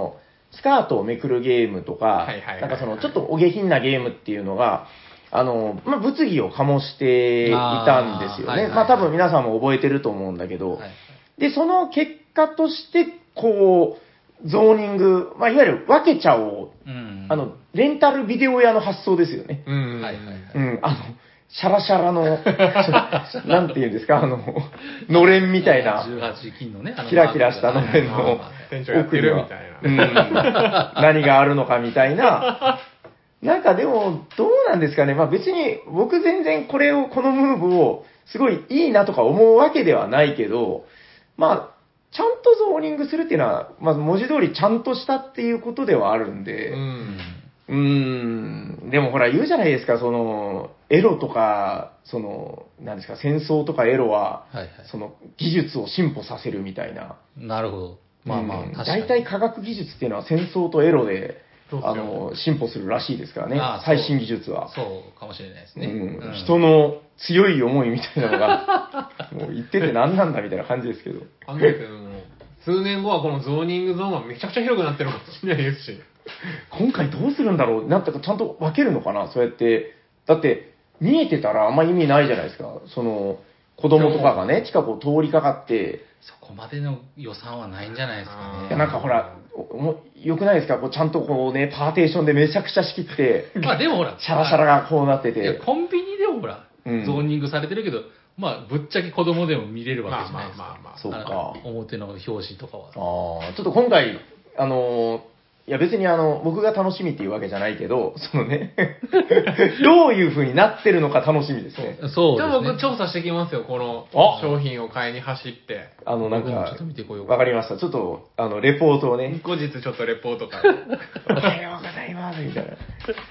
スカートをめくるゲームとか、 はいはいはいはいなんかその、ちょっとお下品なゲームっていうのが、あの、まあ、物議を醸していたんですよね。 あーはいはいはいまあ、多分皆さんも覚えてると思うんだけど、 はいで、その結果として、こう、ゾーニング、まあ、いわゆる分けちゃおう。 うん。 あの、レンタルビデオ屋の発想ですよね。 うん。 はいはいはい。 うん、あの、シャラシャラの、なんていうんですか、あの、のれんみたいな、 じゅうはち金のね、あのキラキラしたのれんのまあまあ店長やってるみたいな。 うん、何があるのかみたいな。なんかでも、どうなんですかね。まあ別に、僕全然これを、このムーブを、すごいいいなとか思うわけではないけど、まあ、ちゃんとゾーニングするっていうのは、まず文字通りちゃんとしたっていうことではあるんで、 うん。 うーん、でもほら言うじゃないですか、その、エロとか、その、なんですか、戦争とかエロは、 はいはい。 その、技術を進歩させるみたいな。 なるほど。まあまあ、 うん確かに。 大体科学技術っていうのは戦争とエロで、 そうっすよあの、進歩するらしいですからねああ、そう最新技術は。 そうかもしれないですね。 うんうん人の強い思いみたいなのが、もう言ってて何なんだみたいな感じですけど。 考えても、数年後はこのゾーニングゾーンはめちゃくちゃ広くなってるかもしれないですし。 今回どうするんだろうなんてかちゃんと分けるのかなそうやって。だって、見えてたらあんま意味ないじゃないですか。その、子供とかがね、近くを通りかかって、 そこまでの予算はないんじゃないですかね。 いやなんかほら、おもよくないですかこうちゃんとこうね、パーテーションでめちゃくちゃ仕切って、 まあでもほら、 シャラシャラがこうなっていや、 て。 コンビニでもほら、 うんゾーニングされてるけど、まあ、ぶっちゃけ子供でも見れるわけじゃないですか。 まあまあまあまあそうかあの表の表紙とかは。 ああ、ちょっと今回、あのーいや別にあの、僕が楽しみっていうわけじゃないけど、そのね、どういう風になってるのか楽しみですね。 そうじゃあですね。 僕調査してきますよ、このあ商品を買いに走って。 あの、なんか僕もちょっと見てこようかわかりました。ちょっと、あの、レポートをね、 後日ちょっとレポートから。 おはようございます、みたいな。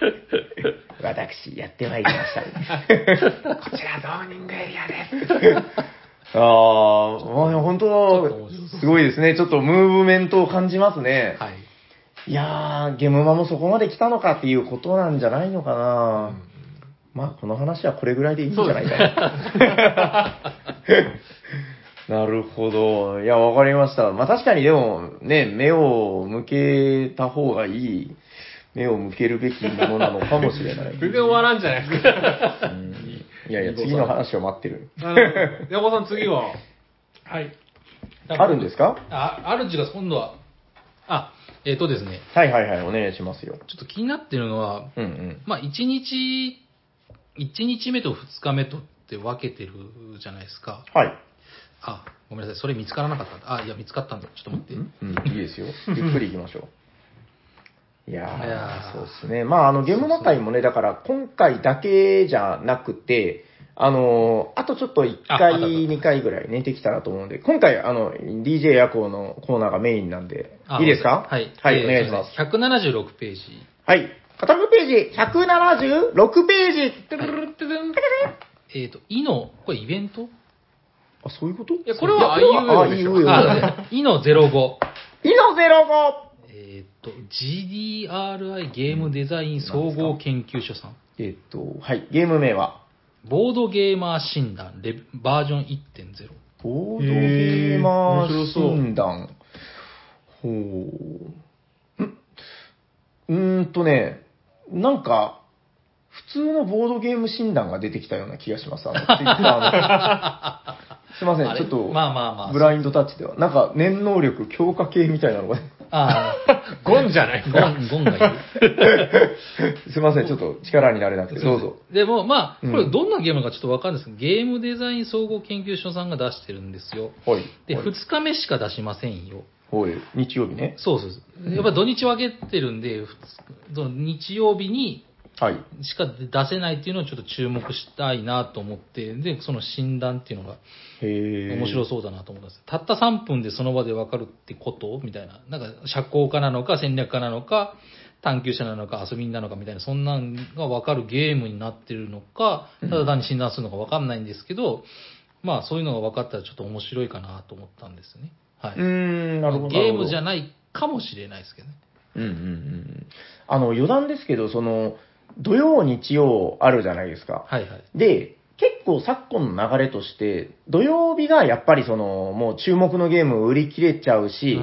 私、やってまいりました。 こちらゾーニングエリアです。 ああ、まあ、本ちょっと面白当そうすごいですね。ちょっとムーブメントを感じますね。 はい。 いやー、ゲームマもそこまで来たのかっていうことなんじゃないのかな。まあ、この話はこれぐらいでいいんじゃないかな。なるほど。いや、わかりました。まあ確かにでも、ね、目を向けた方がいい、目を向けるべきものなのかもしれない。 全然終わらんじゃないですか。 うんいやいや、次の話を待ってる。 あの、ヤコさん次は、 はい。 あるんですかあ、あるんですが、今度は、あ、えっ、とですね、 はいはいはい、お願いしますよ。 ちょっと気になってるのは、 うんうん。 まあ、いちにち、いちにちめとふつかめとって分けてるじゃないですか。 はい。 あ、ごめんなさい、それ見つからなかったんだ。あ、いや、見つかったんだ。ちょっと待って。 うん、いいですよ。ゆっくり行きましょう。いやー、 いやーそうですね。まあ、あの、ゲームマ会もね、だから、今回だけじゃなくて、あのーあとちょっといっかい、 ああったあったにかいぐらいね、できたらと思うんで、今回、あの、ディージェー 夜行のコーナーがメインなんで、 あいいですかはい。 はい、 えーお願いします。 ひゃくななじゅうろくページ。 はい。カタログページ、ひゃくななじゅうろくページ。 えっ、と、イの、これイベントあ、そういうこといやこれはあいうえおでしょあ、イのゼロご。 イノゼロご。 えっ、と、ジーディーアールアイ ゲームデザイン総合研究所さん。 えっと、はい、ゲーム名は、 ボードゲーマー診断レバージョン いってんゼロ。 ボードゲーマーへー面白そう診断。ほう。んうーんとね、なんか、普通のボードゲーム診断が出てきたような気がします。あの、ツイッターの。すいません、 あれちょっと、 まあまあまあブラインドタッチでは。なんか、念能力強化系みたいなのが、 あゴンじゃないあ、ゴン、ゴンがいる。 すいません、ちょっと力になれなくて、どうぞ。 でも、まあ、 うんこれどんなゲームかちょっとわかんないですけど、ゲームデザイン総合研究所さんが出してるんですよ。 はい。 で、 はいふつかめしか出しませんよ。 はい。日曜日ね。 そうそうそう。やっぱ土日分けてるんで、ふつその日曜日にはい。 しか出せないっていうのをちょっと注目したいなと思って、で、その診断っていうのがへー。 面白そうだなと思ったんです。たったさんぷんでその場で分かるってことみたいな。なんか、社交家なのか戦略家なのか、探求者なのか遊び人なのかみたいな、そんなんが分かるゲームになってるのか、ただ単に診断するのか分かんないんですけど、まあそういうのが分かったらちょっと面白いかなと思ったんですよね。はうーい。 ん、なるほど。 ゲームじゃない。 ないかもしれないですけどね。 うんうんうん。あの、余談ですけど、その、土曜、日曜あるじゃないですか。 はいはい。 で、結構昨今の流れとして、土曜日がやっぱりその、もう注目のゲーム売り切れちゃうし、 うん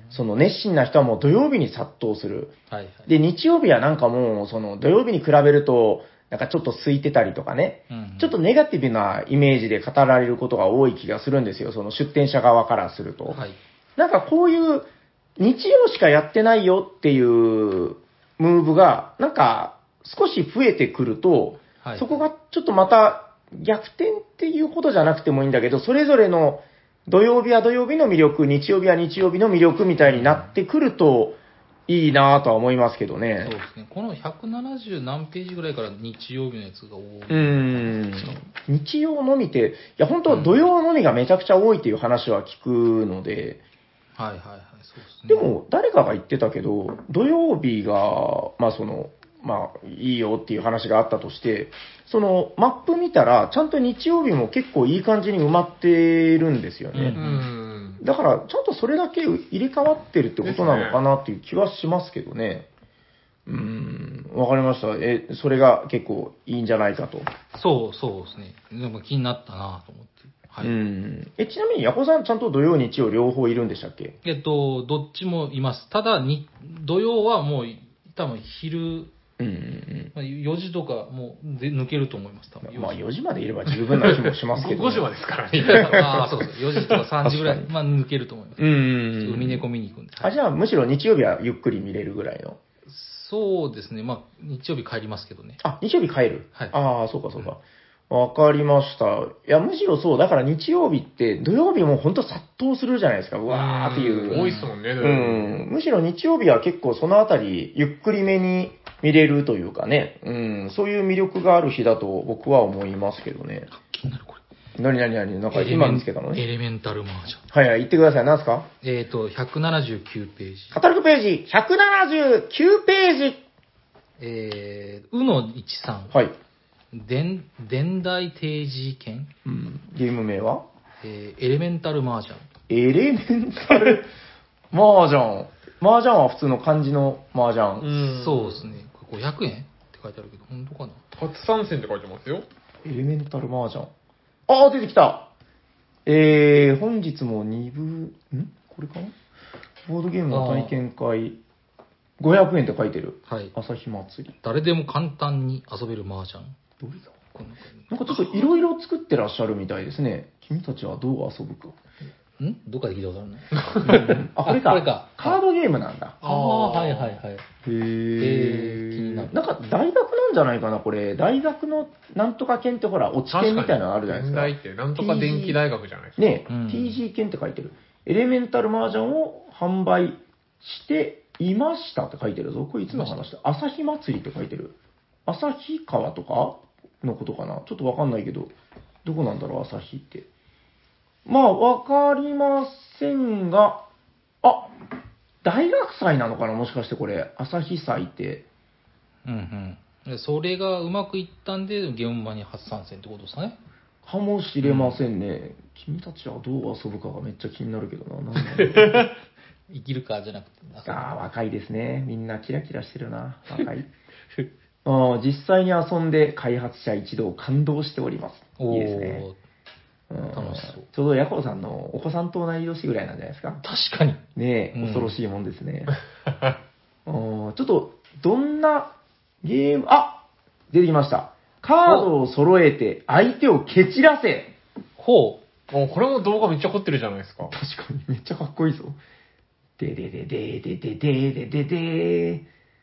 その熱心な人はもう土曜日に殺到する。 はいはい。 で、日曜日はなんかもう、その土曜日に比べると、なんかちょっと空いてたりとかね、 うんうんちょっとネガティブなイメージで語られることが多い気がするんですよ、その出店者側からすると。 はい。 なんかこういう日曜しかやってないよっていうムーブが、なんか少し増えてくると、 はいそこがちょっとまた逆転っていうことじゃなくてもいいんだけど、それぞれの土曜日は土曜日の魅力、日曜日は日曜日の魅力みたいになってくるといいなぁとは思いますけどね。 そうですね。このひゃくななじゅう何ページぐらいから日曜日のやつが多い。 うーん。日曜のみって、いや本当は土曜のみがめちゃくちゃ多いっていう話は聞くので、 はいはいはい、そうですね。 でも誰かが言ってたけど、土曜日が、まあその、まあいいよっていう話があったとして、そのマップ見たら、ちゃんと日曜日も結構いい感じに埋まってるんですよね。 ううん。 だから、ちゃんとそれだけ入れ替わってるってことなのかなっていう気はしますけどね。うーん、わかりました。え、それが結構いいんじゃないかと。 そうそうですね。でも気になったなと思って。はうい。 ん。え、ちなみに、ヤコさんちゃんと土曜、日曜両方いるんでしたっけ？ えっと、どっちもいます。ただ、に土曜はもう、多分昼、 うんうんまあよじとかもうで抜けると思います、多分うん。まあ、よじまでいれば十分な気もしますけど、 ごじまでですからね。 ああ、そうです。よじとかさんじぐらい、 確かまあ抜けると思います。 うんうんうん。 海猫見に行くんで。 あ、じゃあ、むしろ日曜日はゆっくり見れるぐらいの。 そうですね。まあ、日曜日帰りますけどね。 あ、日曜日帰る。 はいああ、そうかそうか。わかりました。いや、むしろそう、だから日曜日って、土曜日も本当殺到するじゃないですか、うわーっていう。 多いっすもんね、土う曜日ん。むしろ日曜日は結構そのあたり、ゆっくりめに見れるというかね、うん、そういう魅力がある日だと僕は思いますけどね。 気になるこれ。 なになになになんか今見つけたのね。 エレメンタルマージャン。 はいはい、言ってください。何すか？ えっ、と、ひゃくななじゅうきゅうページ。 カタログページ、ひゃくななじゅうきゅうページ。 えー、うのいちさん。 はい。 伝、伝代定時券。 うん、ゲーム名はえー、エレメンタルマージャン。 エレメンタルマージャン。マージャンは普通の漢字のマージャン。 うんそうですね。これごひゃくえんって書いてあるけど、本当かな。 初参戦って書いてますよ。 エレメンタルマージャン。あー、出てきた。えー、本日もに部、んこれかなボードゲームの体験会、ごひゃくえんって書いてる。 はい。 朝日祭り。 誰でも簡単に遊べるマージャン。 どれだこんな感なんかちょっといろいろ作ってらっしゃるみたいですね。君たちはどう遊ぶか。 じ。んどっかで聞いたことあるのあ、これか。 これかカードゲームなんだ。 ああ、はいはいはい。 へえー気になるなんか大学なんじゃないかな、これ。大学のなんとか研ってほら、落ち研みたいなのあるじゃないですか。 現代って、なんとか電気大学じゃないですか。 ね、 うんティージー 研って書いてる。エレメンタルマージャンを販売していましたって書いてるぞ。これいつの話だ？朝日祭りって書いてる。旭川とかのことかなちょっとわかんないけど、どこなんだろう、朝日って。まあ、わかりませんが、あ、大学祭なのかなもしかしてこれ、朝日祭って。 うんうん。でそれがうまくいったんで、現場に初参戦ってことですかね。 かもしれませんね。君たちはどう遊ぶかがめっちゃ気になるけどな。なんだろう生きるかじゃなくて。 ああ、若いですね。みんなキラキラしてるな。若い。ああ実際に遊んで開発者一同感動しております。いいですね。うん楽しそうちょうどヤコウさんのお子さんと同い年ぐらいなんじゃないですか。 確かに。 ねえ、 うん恐ろしいもんですね。あーちょっと、どんなゲーム、あ出てきました。カードを揃えて相手を蹴散らせ。 ほもうこれも動画めっちゃ凝ってるじゃないですか。 確かにめっちゃかっこいいぞ。でででででででででで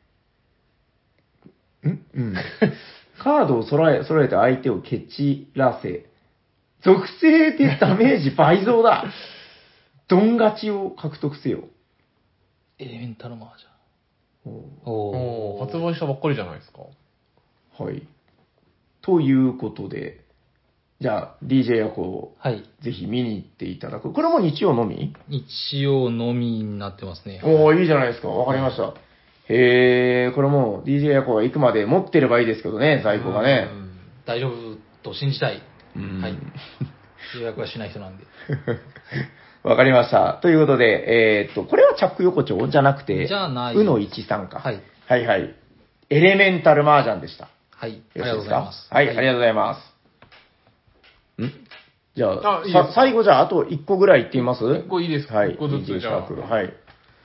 んうん。カードを揃え、揃えて相手を蹴散らせ。属性でダメージ倍増だ。ドン勝ちを獲得せよ。 う。エレメンタルマージおャン。 おおー発売したばっかりじゃないですか。 はい。ということで、じゃあ、ディージェー ヤコをはい。 ぜひ見に行っていただく。これも日曜のみ一応のみになってますね。 おー、いいじゃないですか。わかりました。へー、これもう ディージェー ヤコが行くまで持ってればいいですけどね、在庫がね。 うん大丈夫と信じたい。 うんはい。予約はしない人なんで。 わかりました。ということで、えーっと、これはチャック横丁じゃなくて、 じゃないうのいちさんか。 はい。 はいはい。エレメンタルマージャンでした。 はい。ありよろしいですかがとうございます。 はい、ありがとうございます。んじゃあ、 あいいですかさ最後じゃあ、あといっこぐらい言ってみます一個いいですかはい。 一個ずつディージェーじゃあサークル。はい。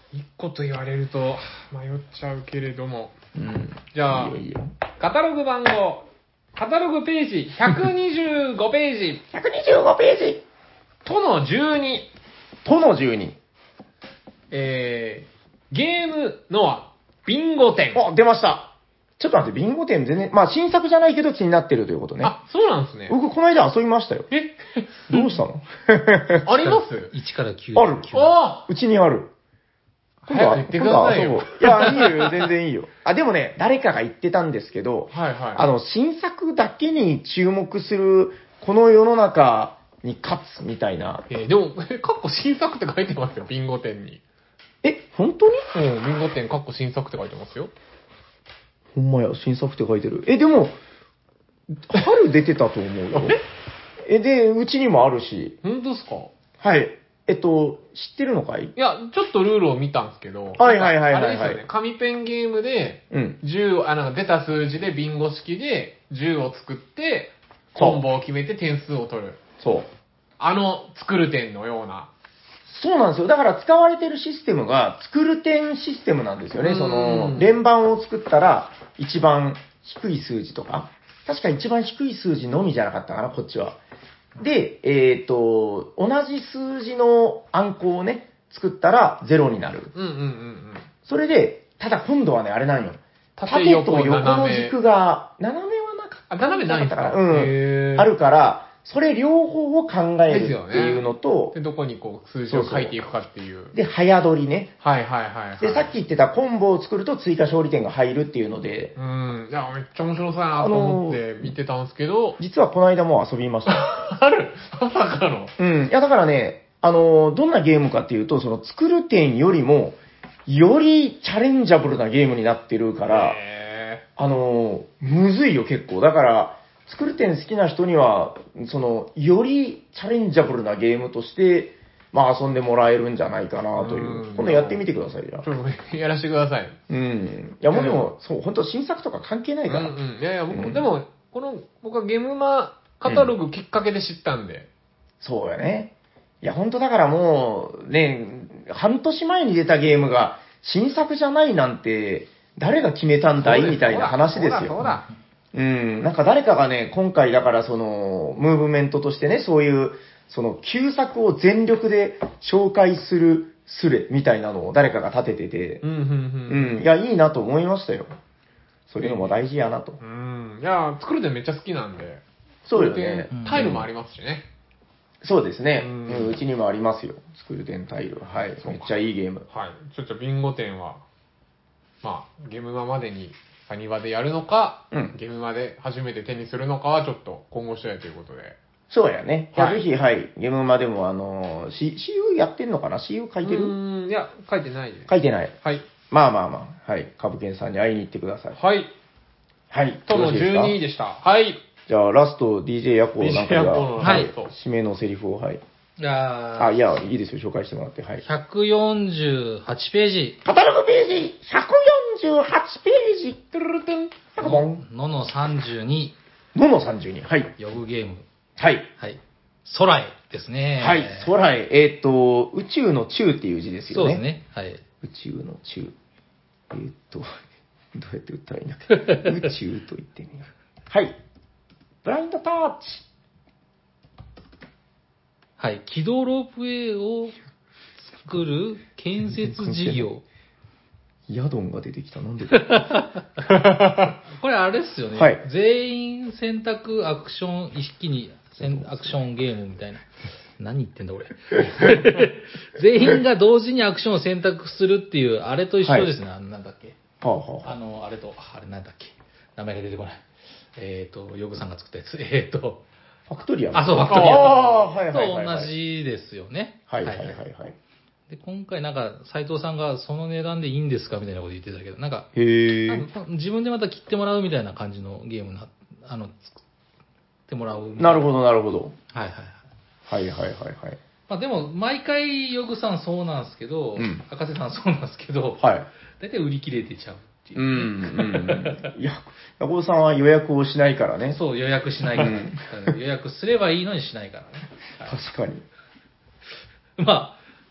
一個と言われると迷っちゃうけれども。 うん。 じゃあ、 いいよいいよ。 カタログ番号、カタログページひゃくにじゅうごページ、 ひゃくにじゅうごページとのじゅうに、 とのじゅうに。 えー、ゲームノア、ビンゴ展。 あ、出ました。ちょっと待って、ビンゴ店全然、まあ新作じゃないけど気になってるということね。 あ、そうなんですね。 僕この間遊びましたよ。 えどうしたのありますいちからきゅう。 ある。 あうちにある。 早く言ってくださいよ。 いや、いいよ、全然いいよ。あ、でもね、誰かが言ってたんですけど、 はいはい。 あの、新作だけに注目する、この世の中に勝つみたいな。 えーでも、えかっこ新作って書いてますよ、ビンゴ店に。 え、本当にうん、ビンゴ店かっこ新作って書いてますよ。 ほんまや、新作って書いてる。え、でも、春出てたと思うよ。え、で、うちにもあるし。 本当ですか？ はい。えっと、知ってるのかいいや、ちょっとルールを見たんですけど、 はいはいはいはいはいなんかあれですよね、紙ペンゲームで、 うん。 じゅう、あ、なんか出た数字でビンゴ式でじゅうを作って、 そうコンボを決めて点数を取る。 そう。 あの、作る点のような。 そうなんですよ。だから使われてるシステムが、作る点システムなんですよね。 うんその、連番を作ったら、一番低い数字とか。確か一番低い数字のみじゃなかったかな、こっちは。で、えっ、と、同じ数字の暗号をね、作ったらゼロになる。 うんうんうんうん。 それで、ただ今度はね、あれなんよ。 縦縦横と横の斜め軸が、斜めはなかったあ、斜めないんですか？ なかったかなうん。 へーあるから、それ両方を考えるですよねっていうのと、 で、どこにこう数字を書いていくかっていう。 で、早取りね。 はいはいはい、はい。 で、さっき言ってたコンボを作ると追加勝利点が入るっていうので、 うん。いや、めっちゃ面白そうやなと思って見てたんですけど、 実はこの間もう遊びました。 あるまさかの。 うん。いや、だからね、あの、どんなゲームかっていうと、その作る点よりも、よりチャレンジャブルなゲームになってるから、 へあの、むずいよ結構。だから、作る点好きな人には、その、よりチャレンジャブルなゲームとして、まあ遊んでもらえるんじゃないかなというう。 ん今度やってみてくださいよー。ちょっとやらせてください。 うん。いやもうでも、そう、本当新作とか関係ないから。 うんうん。いやいや、僕、 うんでも、この、僕はゲームマカタログきっかけで知ったんで。 そうやね。いや、本当だからもう、ね、半年前に出たゲームが新作じゃないなんて、誰が決めたんだいみたいな話ですよ。 そうだそうだ。 うん、なんか誰かがね、今回だからその、ムーブメントとしてね、そういう、その、旧作を全力で紹介するスレみたいなのを誰かが立ててて、 うん、うん、 ううん。 ん、いや、いいなと思いましたよ。そういうのも大事やなと。 うん。いや、作る点めっちゃ好きなんで。 そうよね作る点タイルもありますしね。 そうですね。 ううんん、うちにもありますよ。作る点タイル。はい。めっちゃいいゲーム。 はい。ちょっとビンゴ店は、まあ、ゲームマまでにサニバでやるのか、 うんゲームマで初めて手にするのかはちょっと今後次第ということで。 そうやね。いや、 はいぜひ、はい。ゲームまでも、あの、C、シーユー やってんのかな ?シーユー 書いてうるーん、いや、書いてないです。 書いてない。 はい。 まあまあまあ。はい。カブケンさんに会いに行ってください。 はい。 はい。 とのよろしいですかじゅうにいでした。はい。 じゃあ、ラスト、ディージェー ヤコウなんかディージェーじゃあヤコウのはいラスト締めのセリフを、はい。 じゃあ、 あ、いや、いいですよ。紹介してもらって。はい。 ひゃくよんじゅうはちページ、 カタログページ、ひゃくよんじゅうはちページ。トゥルルトゥン。パコボン。 ののさんじゅうに、 ののさんじゅうに。はい。 ヨグゲーム、 はい。 はい。空へですね。 はい。空へ、えーっと、宇宙の宙っていう字ですよね。 そうですね。はい。 宇宙の宙。えーっと、どうやって打ったらいいんだっけ。宇宙と言ってみよう。はい。ブラインドタッチ。 はい。軌道ロープウェイを作る建設事業。 ヤドンが出てきた。なんでこれあれですよね。 はい全員選択アクション、一気に選アクションゲームみたいな。何言ってんだ俺。全員が同時にアクションを選択するっていう、あれと一緒ですね。あのなんだっけ。 はあはあ。 あの、あれと、あれなんだっけ。名前が出てこない。えっ、と、ヨグさんが作ったやつ。えっ、と、 ファクトリアあ、そう、ファクトリア。 あーはいはいはいはいと同じですよね。 はいはいはいはい。 で、今回なんか、斉藤さんがその値段でいいんですかみたいなこと言ってたけど、なんか、 へえ。 多分自分でまた切ってもらうみたいな感じのゲームな、あの、作ってもらう。 なるほどなるほど。 はいはいはい。 はいはいはいはい。 まあでも、毎回、ヨグさんそうなんですけど、 うん赤瀬さんそうなんですけど、 はい。 大体売り切れてちゃうっていうう。 ん、うん、うん。いや、ヤコウさんは予約をしないからね。 そう、予約しないから、 うん予約すればいいのにしないからね。はい確かに。 まあ、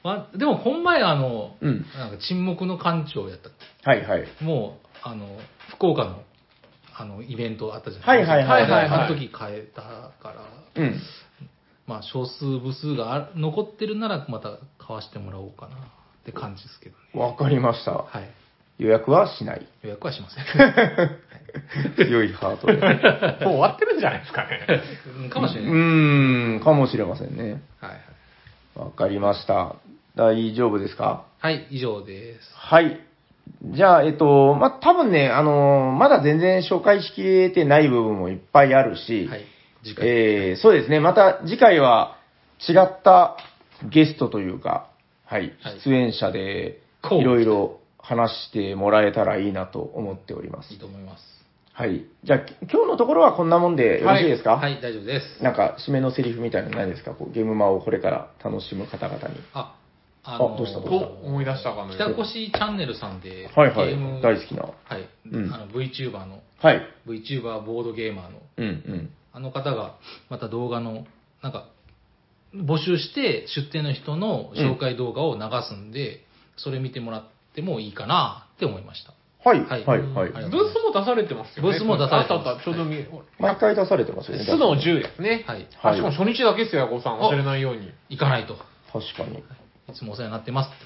まあ、でも、ほんまや、あの、 うん。 なんか沈黙の館長やったっはいはい。 けもう、あの、福岡の、あの、イベントあったじゃないですか。 はいはいはいはいはいあの時変えたから、 うん。 まあ、少数部数があ残ってるなら、また買わしてもらおうかなって感じですけどね。 わかりました。 はい。 予約はしない。 予約はしません。 強いハートで。 もう終わってるんじゃないですかね。 うんかもしれうない。 ーん、かもしれませんね。 はいはい。 わかりました。大丈夫ですか？ はい、以上です。 はい。じゃあ、えっと、まあ、多分ね、あのーまだ全然紹介しきれてない部分もいっぱいあるし、 はい、次回。 えー、そうですね、また次回は違ったゲストというか、はい、 はい出演者でこういろいろ話してもらえたらいいなと思っておりますいい。と思います。 はい。じゃあ、今日のところはこんなもんでよろしいですか？ はい、大丈夫です。 なんか、締めのセリフみたいなのないですか？こうゲームマをこれから楽しむ方々に。 あ、ああどうしたどうしたお思い出したかのように北越チャンネルさんで、 はいはいゲーム、 大好きなはい、 うんあの VTuber の、 はい。 VTuber ボードゲーマーの、 うんうん。 あの方が、また動画の、なんか、募集して出店の人の紹介動画を流すんで、それ見てもらってもいいかなって思いました。 はい、 ははいい、はい。 ありがブースも出されてますよね。 ブースも出されてますあったあった、ちょうど見、 毎回出されてますよね。 巣のじゅうですね。 はい。 あ、しかも初日だけですよ、ヤコさん。忘れないように。 行かないと。 確かに。 いつもお世話になってます。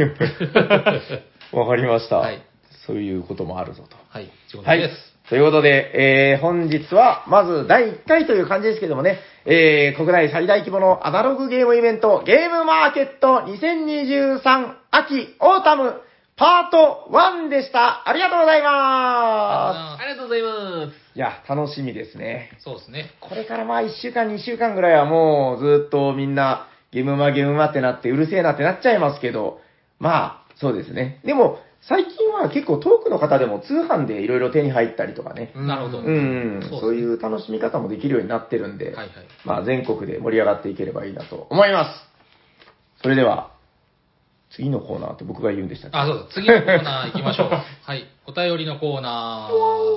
わかりました。 はいそういうこともあるぞと。 はい、ということはいです。。 ということで、えー、本日は、まずだいいっかいという感じですけどもね、えー、国内最大規模のアナログゲームイベント、ゲームマーケットにせんにじゅうさん秋オータムパートワンでした。ありがとうございまありがとうございます。 す。いや、楽しみですね。 そうですね。 これからまあいっしゅうかん、にしゅうかんぐらいはもうずっとみんなゲームマゲームマってなってうるせえなってなっちゃいますけど、まあそうですね。でも最近は結構遠くの方でも通販でいろいろ手に入ったりとかね。 なるほど。 うん、 そうですねそういう楽しみ方もできるようになってるんで、 はいはい。 まあ全国で盛り上がっていければいいなと思います。それでは、次のコーナーって僕が言うんでしたっけ？ あ、そうだ。次のコーナー行きましょう。はい。お便りのコーナー。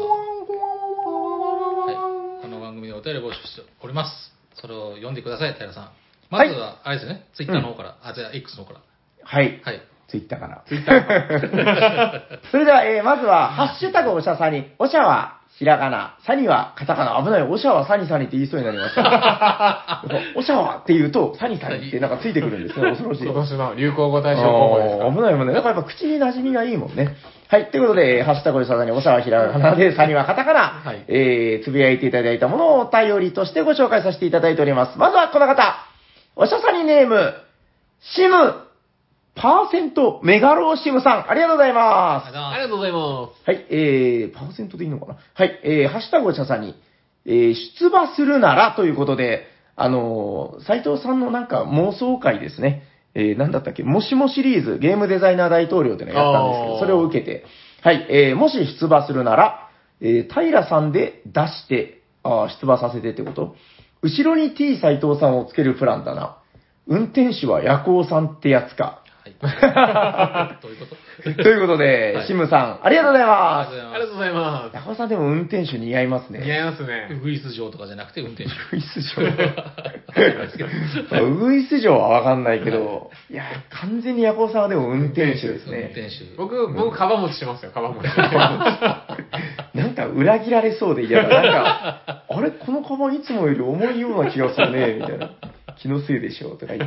はい。この番組でお便り募集しております。それを読んでください、平さん。まずは、あれですよね。ツイッターの方から。あ、じゃあ X の方から。 はい。 はい。 ツイッターから。それでは、えー、まずは、ハッシュタグおしゃさに。おしゃはひらがな、さにはカタカナ。危ない。おしゃはさにさにって言いそうになりました。おしゃはって言うと、さにさにってなんかついてくるんですね。恐ろしい。 今年の流行語大賞候補ですかあー危ない危ない。なんかやっぱ口に馴染みがいいもんね。はい。ということで、ハッシュタグおしゃさに、おしゃはひらがなで、さにはカタカナ。 はいえー、つぶやいていただいたものをお便りとしてご紹介させていただいております。まずはこの方。おしゃさにネーム、シム、パーセントメガローシムさん、ありがとうございます。 ありがとうございまはい、えー、パーセントでいいのかなはい、えー、ハッシュタグおしゃさに、えー、出馬するならということで、あのー、斉藤さんのなんか妄想会ですね。えー、なんだったっけ、もしもシリーズ、ゲームデザイナー大統領っていうのをやったんですけど、 あーそれを受けて、はい、えー、もし出馬するなら、えー、平さんで出して、あー出馬させてってこと後ろに T 斉藤さんをつけるプランだな。運転手は夜行さんってやつか。 はい。どういうことということで、 はいシムさん、ありがとうございま。 ありがとうす。ありがとうございますヤコウさんでも運転手似合いますね。 す。似合いますウね。 グイス城とかじゃなくて運転手。 ウグイス城。 わかんないですけどウグイス城はわかんないけど、いや、完全にヤコウさんはでも運転手です運ね。 転手。 僕、僕、カバン持ちしますよ、カバン持ち。 なんか裏切られそうで嫌だ。なんか、あれこのカバンいつもより重いような気がするね、みたいな。気のせいでしょ、とか言って。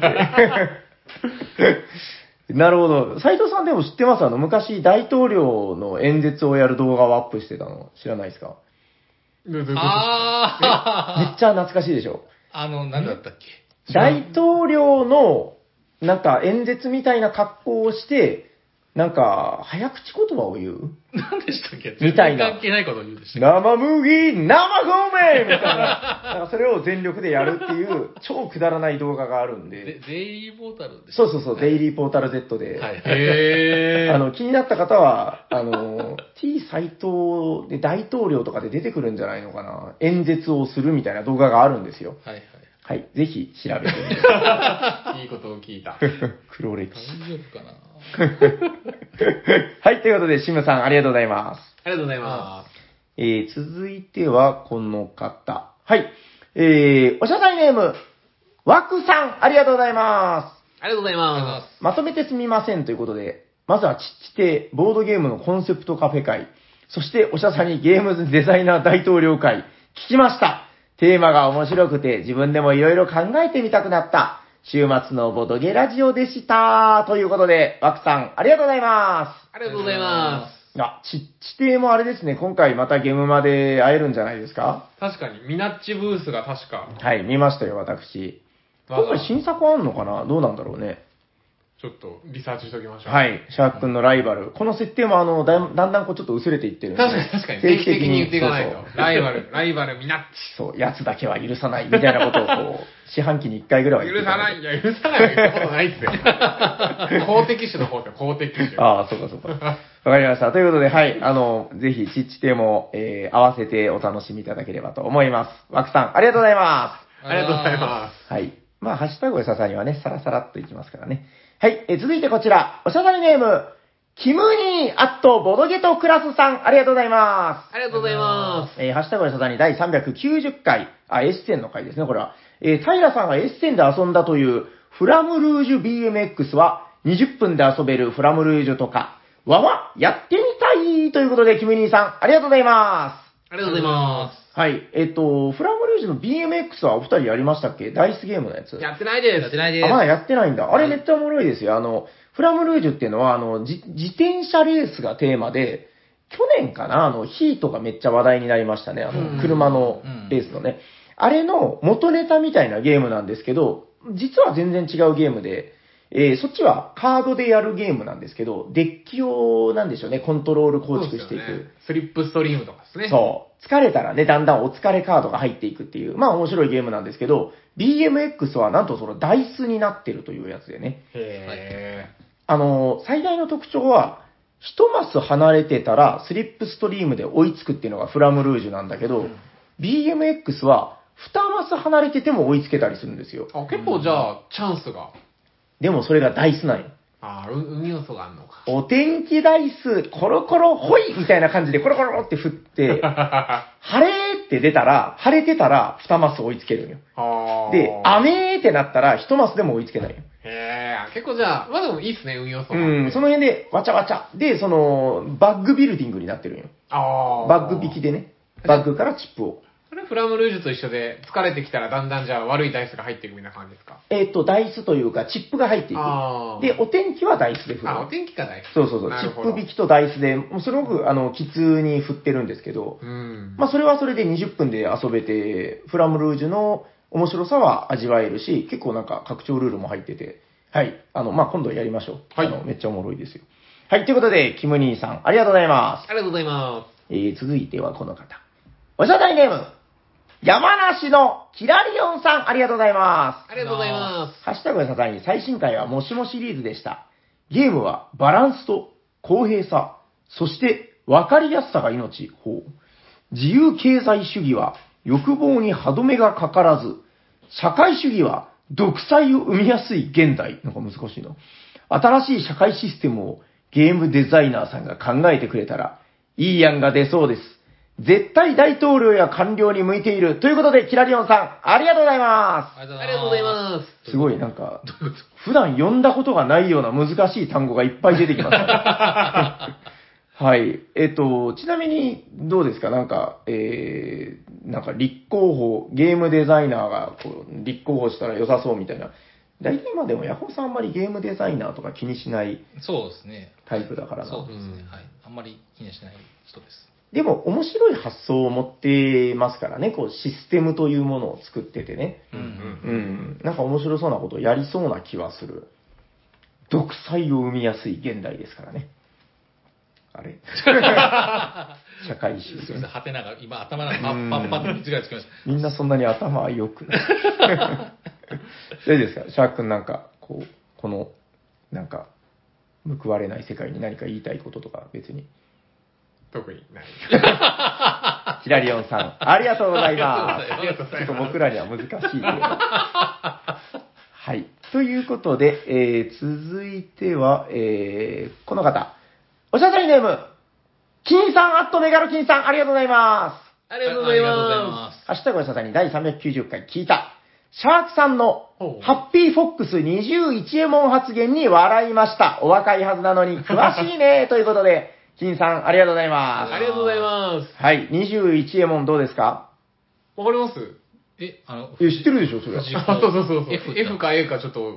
なるほど。斉藤さんでも知ってますあの、昔大統領の演説をやる動画をアップしてたの知らないですか？ どういうことですかあめっちゃ懐かしいでしょ。 ああの、なんだったっけ。 大統領の、なんか演説みたいな格好をして、なんか、早口言葉を言う何でしたっけみたいな全然関係ないことを言うでしたっ生麦、生米みたいな。なんかそれを全力でやるっていう、超くだらない動画があるんけ。 で。 デデイリーポータルですそうそうそう、デイリリーポータル Z で。 はい。 へー。 あの、気になった方は、あの、T 斎藤で大統領とかで出てくるんじゃないのかな。演説をするみたいな動画があるんですよ。 はいはい。 はい。ぜひ調べてみてください。 いいことを聞いた。 黒歴大史。 丈夫かなはい、ということで、シムさん、ありがとうございます。 ありがとうございまえー、続いては、この方。はい。えー、おしゃさいネーム、ワクさん、ありがとうございます。 す。 ありがとうございありがとうございまます。 まとめてすみませんということで、まずはちっちてボードゲームのコンセプトカフェ会、そしておしゃさにゲームズデザイナー大統領会、聞きました。テーマが面白くて自分でもいろいろ考えてみたくなった週末のボドゲラジオでした。ということで、ワクさんありがとうございま。 す。ありがとうございますあ、ち、ちてもあれですね、今回またゲームまで会えるんじゃないですか？ す。確かに、ミナッチブースが確か、 はい、見ましたよ、私。 わざ今回新作あんのかな？どうなんだろうね。 ちょっとリサーチしておきましょう。。 はいい、シャーク君のライバル。この設定もあの、だんだんだんこうちょっと薄れていってるんで。 確かに確かに、定期的に言っていかないと。 そうそうライバル、ライバルミナッチ。 そう、やつだけは許さないみたいなことをこう、四半期に一回ぐらいは言ってた許さない、いや、許さないは言ったことないっすよ。公的種の方ですよ、公的種。 ああ、そうかそうか。わかりました。ということで、はい、あの、ぜひ、ちっちても、えー、合わせてお楽しみいただければと思います。ワクさん、ありがとうございま。 ありがとうございますはい。まあ、ハッシュタグおしゃさにはね、さらさらっといきますからね。はい、えー続いてこちら、おしゃさにネーム、キムニー、アット、ボドゲトクラスさん、ありがとうございます。 す。ありがとうございまえーハッシュタグおしゃさに第さんびゃくきゅうじゅっかい、あ、エッセンの回ですね、これは。えー平さんがエッセンで遊んだという、フラムルージュ ビーエムエックス は、にじゅっぷんで遊べるフラムルージュとか、わわ、やってみたいということで、キムニーさん、ありがとうございます。 す。ありがとうございまはい。えっと、フラムルージュの ビーエムエックス はお二人やりましたっけ？ダイスゲームのやつ。 す。やってないです。 やってないです。 あ、まだやってないんだ。あれめっちゃおもろいですよ。あの、フラムルージュっていうのは、あの、じ自転車レースがテーマで、去年かな、あの、ヒートがめっちゃ話題になりましたね。あうんの、車のレースのね。あれの元ネタみたいなゲームなんですけど、実は全然違うゲームで、えーそっちはカードでやるゲームなんですけど、デッキを、なんでしょうね、コントロール構築していく。 そうですよねスリップストリームとかですね。 そう。疲れたらね、だんだんお疲れカードが入っていくっていう、まあ面白いゲームなんですけど、ビーエムエックス はなんとそのダイスになってるというやつでね。 へあの、最大の特徴は、一マス離れてたらスリップストリームで追いつくっていうのがフラムルージュなんだけど、 うんビーエムエックス はにマス離れてても追いつけたりするんですよ。 ー。あ、結構じゃあ、チャンスが。 でもそれがダイスなんよ。 あー、う運要素があるのか。 お天気ダイス、コロコロほいみたいな感じでコロコロって振って、晴れって出たら、晴れてたらにマス追いつけるんよ。 はーで、雨ってなったらいちマスでも追いつけないよ。 へー、結構じゃあ、まあでもいいっすね、運要素が。 うん、その辺でわちゃわちゃ。で、その、バッグビルディングになってるんよ。 あー。 バッグ引きでね。バッグからチップを。 これフラムルージュと一緒で、疲れてきたらだんだんじゃあ悪いダイスが入っていくみたいな感じですか？ えっ、と、ダイスというか、チップが入っていく。 あー。 で、お天気はダイスで振る。 あ、お天気かダイス。 そうそうそう。チなるほどップ引きとダイスで、もうすごく、あの、きつに振ってるんですけど、 うん。 まあ、それはそれでにじゅっぷんで遊べて、フラムルージュの面白さは味わえるし、結構なんか拡張ルールも入ってて、はい。あの、まあ、今度やりましょう。 はいあの、めっちゃおもろいですよ。はい。ということで、キム兄さん、ありがとうございます。 ありがとうございまえー、続いてはこの方。おしゃさにネーム、山梨のキラリオンさん、ありがとうございます。 す。ありがとうございまハッシュタグおしゃさに最新回はもしもシリーズでした。ゲームはバランスと公平さ、そして分かりやすさが命。ほう。自由経済主義は欲望に歯止めがかからず、社会主義は独裁を生みやすい現代。なんか難しいな。新しい社会システムをゲームデザイナーさんが考えてくれたら、いい案が出そうです。絶対大統領や官僚に向いている。ということで、キラリオンさん、ありがとうございます。ありがとうございます。 す。すごい、なんか、普段読んだことがないような難しい単語がいっぱい出てきました、ね。はい。えっと、ちなみに、どうですかなんか、えー、なんか立候補、ゲームデザイナーがこう立候補したら良さそうみたいな。大体今でもヤホーさんあんまりゲームデザイナーとか気にしないそうですね。 タイプだからな。 そうですね。 うんはい。あんまり気にしない人です。 でも面白い発想を持ってますからね、こうシステムというものを作っててね。 うんうん。なんか面白そうなことをやりそうな気はする。独裁を生みやすい現代ですからね。あれ社会主義、 すみません、はてなが今頭の中パッパッパッと短いつきました。 みんなそんなに頭良くない。大丈夫ですかシャーク君なんか、こう、この、なんか、報われない世界に何か言いたいこととか別に。 特にない。 ヒラリオンさん、ありがとうございます。 ありがとうございますちょっと僕らには難しいけど。はい。ということで、えー、続いては、えー、この方。おしゃさりネーム、金さんアットメガロ金さん、ありがとうございます。 ありがとうございありがとうございまます。 ハッシュタグおしゃさに第さんびゃくきゅうじゅっかい聞いた。 シャークさんのほうハッピーフォックスにじゅういちエモン発言に笑いました。お若いはずなのに詳しいねということで、金さんありがとうございまありがとうございます。 す。はい、にじゅういちエモンどうですか？ わかりますえ、あの、 え、知ってるでしょ、それ。 藤あ、そうそうそうそう。 F F, か A かちょっと、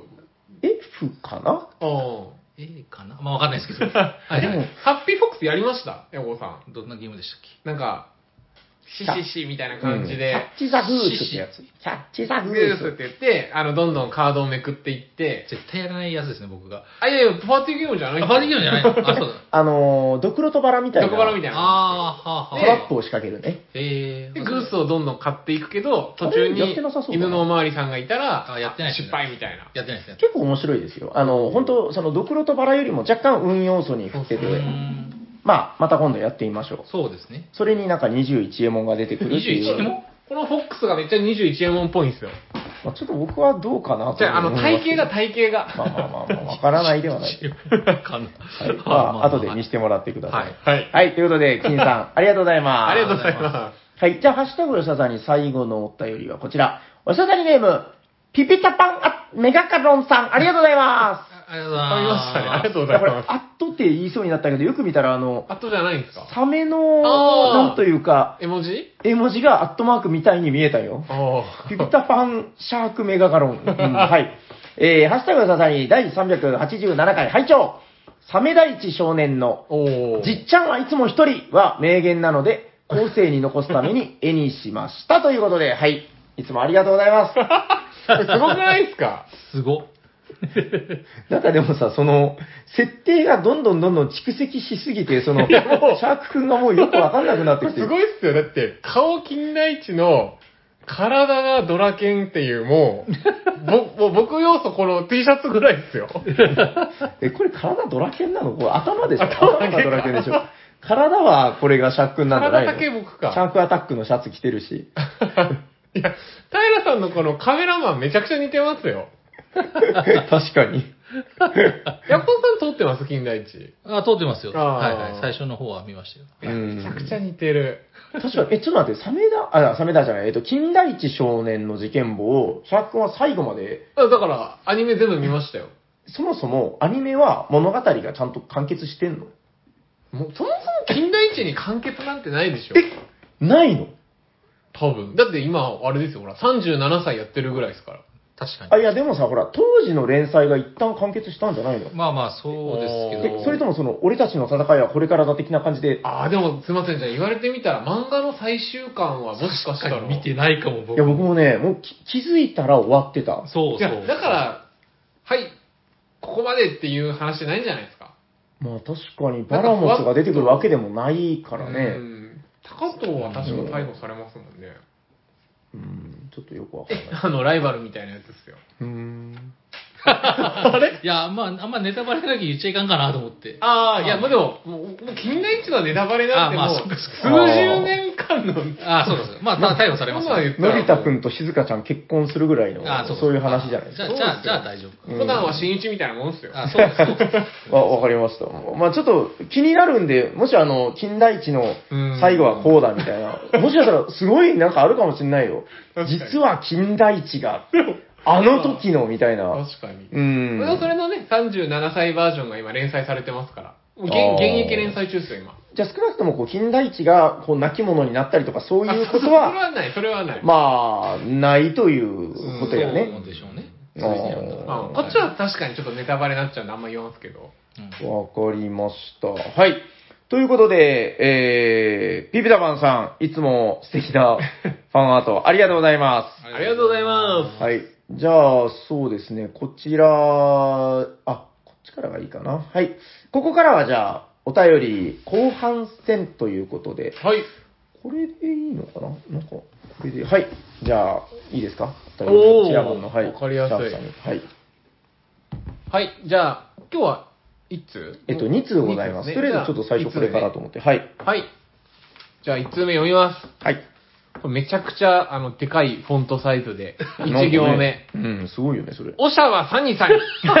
F かな？ ああ。 A かなまあわかんないですけど。はいでもはい。 ハッピーフォックスやりましたヤゴさん。 どんなゲームでしたっけ？ なんか、シシシみたいな感じで、 キャッチザグースってやつ。キャッチザググース。 ースって言って、あの、どんどんカードをめくっていって、 絶対やらないやつですね、僕が。 あ、いやいや、パーティーゲームじゃないあ、パーティーゲームじゃないのあ、そうだ。 あのー、ドクロとバラみたいな。 毒バラみたいな。 あー、はあ、はあ。 トラップを仕掛けるね。 えー。 で、グースをどんどん買っていくけど、途中あれやっにてなさそうだな犬のおまわりさんがいたら、 あやってないですね失敗みたいな。 やってないですね。 結構面白いですよ。あの、本当そのドクロとバラよりも若干運要素に振ってうーて、 ん。 まあ、また今度やってみましょう。 そうですね。 それになんかにじゅういちエモンが出てくるっていう。 にじゅういちエモンこのフォックスがめっちゃにじゅういちエモンっぽいんですよ。 まあ、ちょっと僕はどうかなとじゃあ、あの、 思います体型が体型が。 まあまあまあまあ、わからないではない。 かな。 はい。まあ、後で見せてもらってください。 はい。 はい。 はい、ということで、金さん、ありがとうございます。 ありがとうございまはい。じゃあ、ハッシュタグ吉田さんに最後のお便りはこちら。吉田さんにネーム、ピピタパンあメガカロンさん、ありがとうございまありがとうございす。わかりまます。 したね。ありがとうごす。これ、 ざいます。 アットって言いそうになったけど、よく見たら、あの、 あとじゃないんですか？ サメの、 あーなんというか、 絵文字？ 絵文字がアットマークみたいに見えたよ。 ああ。 ピピタパンシャークメガガロン。うん、はい。えー、ハッシュタグ吉田さんにだいさんびゃくはちじゅうななかい、拝聴サメ大地少年のおー。 じっちゃんはいつも一人は名言なので、後世に残すために絵にしました。ということで、はい。いつもありがとうございます。 すごくないですか？ すごっ。 なんかでもさ、その、設定がどんどんどんどん蓄積しすぎて、その、シャークくんがもうよくわかんなくなってきて。 すごいっすよ。だって、顔金田一の体がドラケンっていう、もう、ぼもう僕要素この T シャツぐらいっすよ。 え、これ体ドラケンなのこれ頭でしょ頭だけか頭がドラケンでしょ体はこれがシャークくんなんじゃないの体だけ僕か。 シャークアタックのシャツ着てるし。 いや、平さんのこのカメラマンめちゃくちゃ似てますよ。 確かに。 ヤコさん撮ってます金田一。 あ、通ってますよ。 あーはいはい。最初の方は見ましたよ。 うんめちゃくちゃ似てる。 確かに、え、ちょっと待って、サメダ、あ、サメダじゃない、えっと、金田一少年の事件簿を、シャークくんは最後まで、 あだから、アニメ全部見ましたよ。 そもそもアニメは物語がちゃんと完結してんの？ もうそもそも金田一に完結なんてないでしょ。 え、ないの？ 多分。だって今、あれですよ、ほら、さんじゅうななさいやってるぐらいですから。 確かに。 あ、いや、でもさ、ほら、当時の連載が一旦完結したんじゃないの？ まあまあ、そうですけど。 えそれともその、俺たちの戦いはこれからだ的な感じで、 ああ、でもすいません、じゃあ言われてみたら、漫画の最終巻はもしかしたら。 見てないかも、僕。 いや、僕もね、もうき気づいたら終わってた。 いやそうそう。 だから、はい、ここまでっていう話じゃないんじゃないですか。 まあ確かに、バラモスが出てくるわけでもないからうね。 ん。高藤は確か逮捕されますもんね。 うん、ちょっとよくわかんない。 あの、ライバルみたいなやつですよ。 うーん。 あれいや、まあ、あんまネタバレだけ言っちゃいかんかなと思って。 ああ、いや、もうでも、もう、もう金田一のネタバレなんてもう、 あまあそっかそっ数か十年間の、 あそうです。まあ、た逮捕されますそんなん言ったらのりたくんとしずかちゃん結婚するぐらいの、 あそういう話じゃないですか。 じゃあ、じゃあ、じゃあ大丈夫。 うん普段は新一みたいなもんですよ。 あ、そうです。そうですわ、わかりました。まあちょっと気になるんで、もしあの、金田一のうん最後はこうだみたいな、もしかしたらすごいなんかあるかもしれないよ。 確かに実は金田一が、あの時のみたいな。 確かに。 うん。 それそれのね、さんじゅうななさいバージョンが今連載されてますから。もう現あー現役連載中ですよ、今。 じゃあ少なくともこう、金田一がこう、亡き者になったりとかそういうことあそれは、 はない、それはない。 まあ、ないということやね。 そうでしょうね。 あーそういう意味なんだまあ、こっちは確かにちょっとネタバレになっちゃうんであんま言わんすけど。 うんわかりました。はい。ということで、えー、ピピタパンさん、いつも素敵なファンアートありがとうございまありがとうございますす。はい。じゃあ、そうですね、こちら、あ、こっちからがいいかな。はい。ここからはじゃあ、お便り後半戦ということで、 はい。 これでいいのかななんか、これで、はい。じゃあ、いいですかおーチラマンの、はい。 わかりやすいシャープさんにはい。 はい、じゃあ、今日はいつえっと、に通ございます。とりあえずちょっと最初これからと思って。はい。 はい。じゃあ、いち通目読みます。 はい。 これめちゃくちゃ、あの、でかいフォントサイズで、いち行目。 ねうん、すごいよね、それ。 おしゃはサニさん。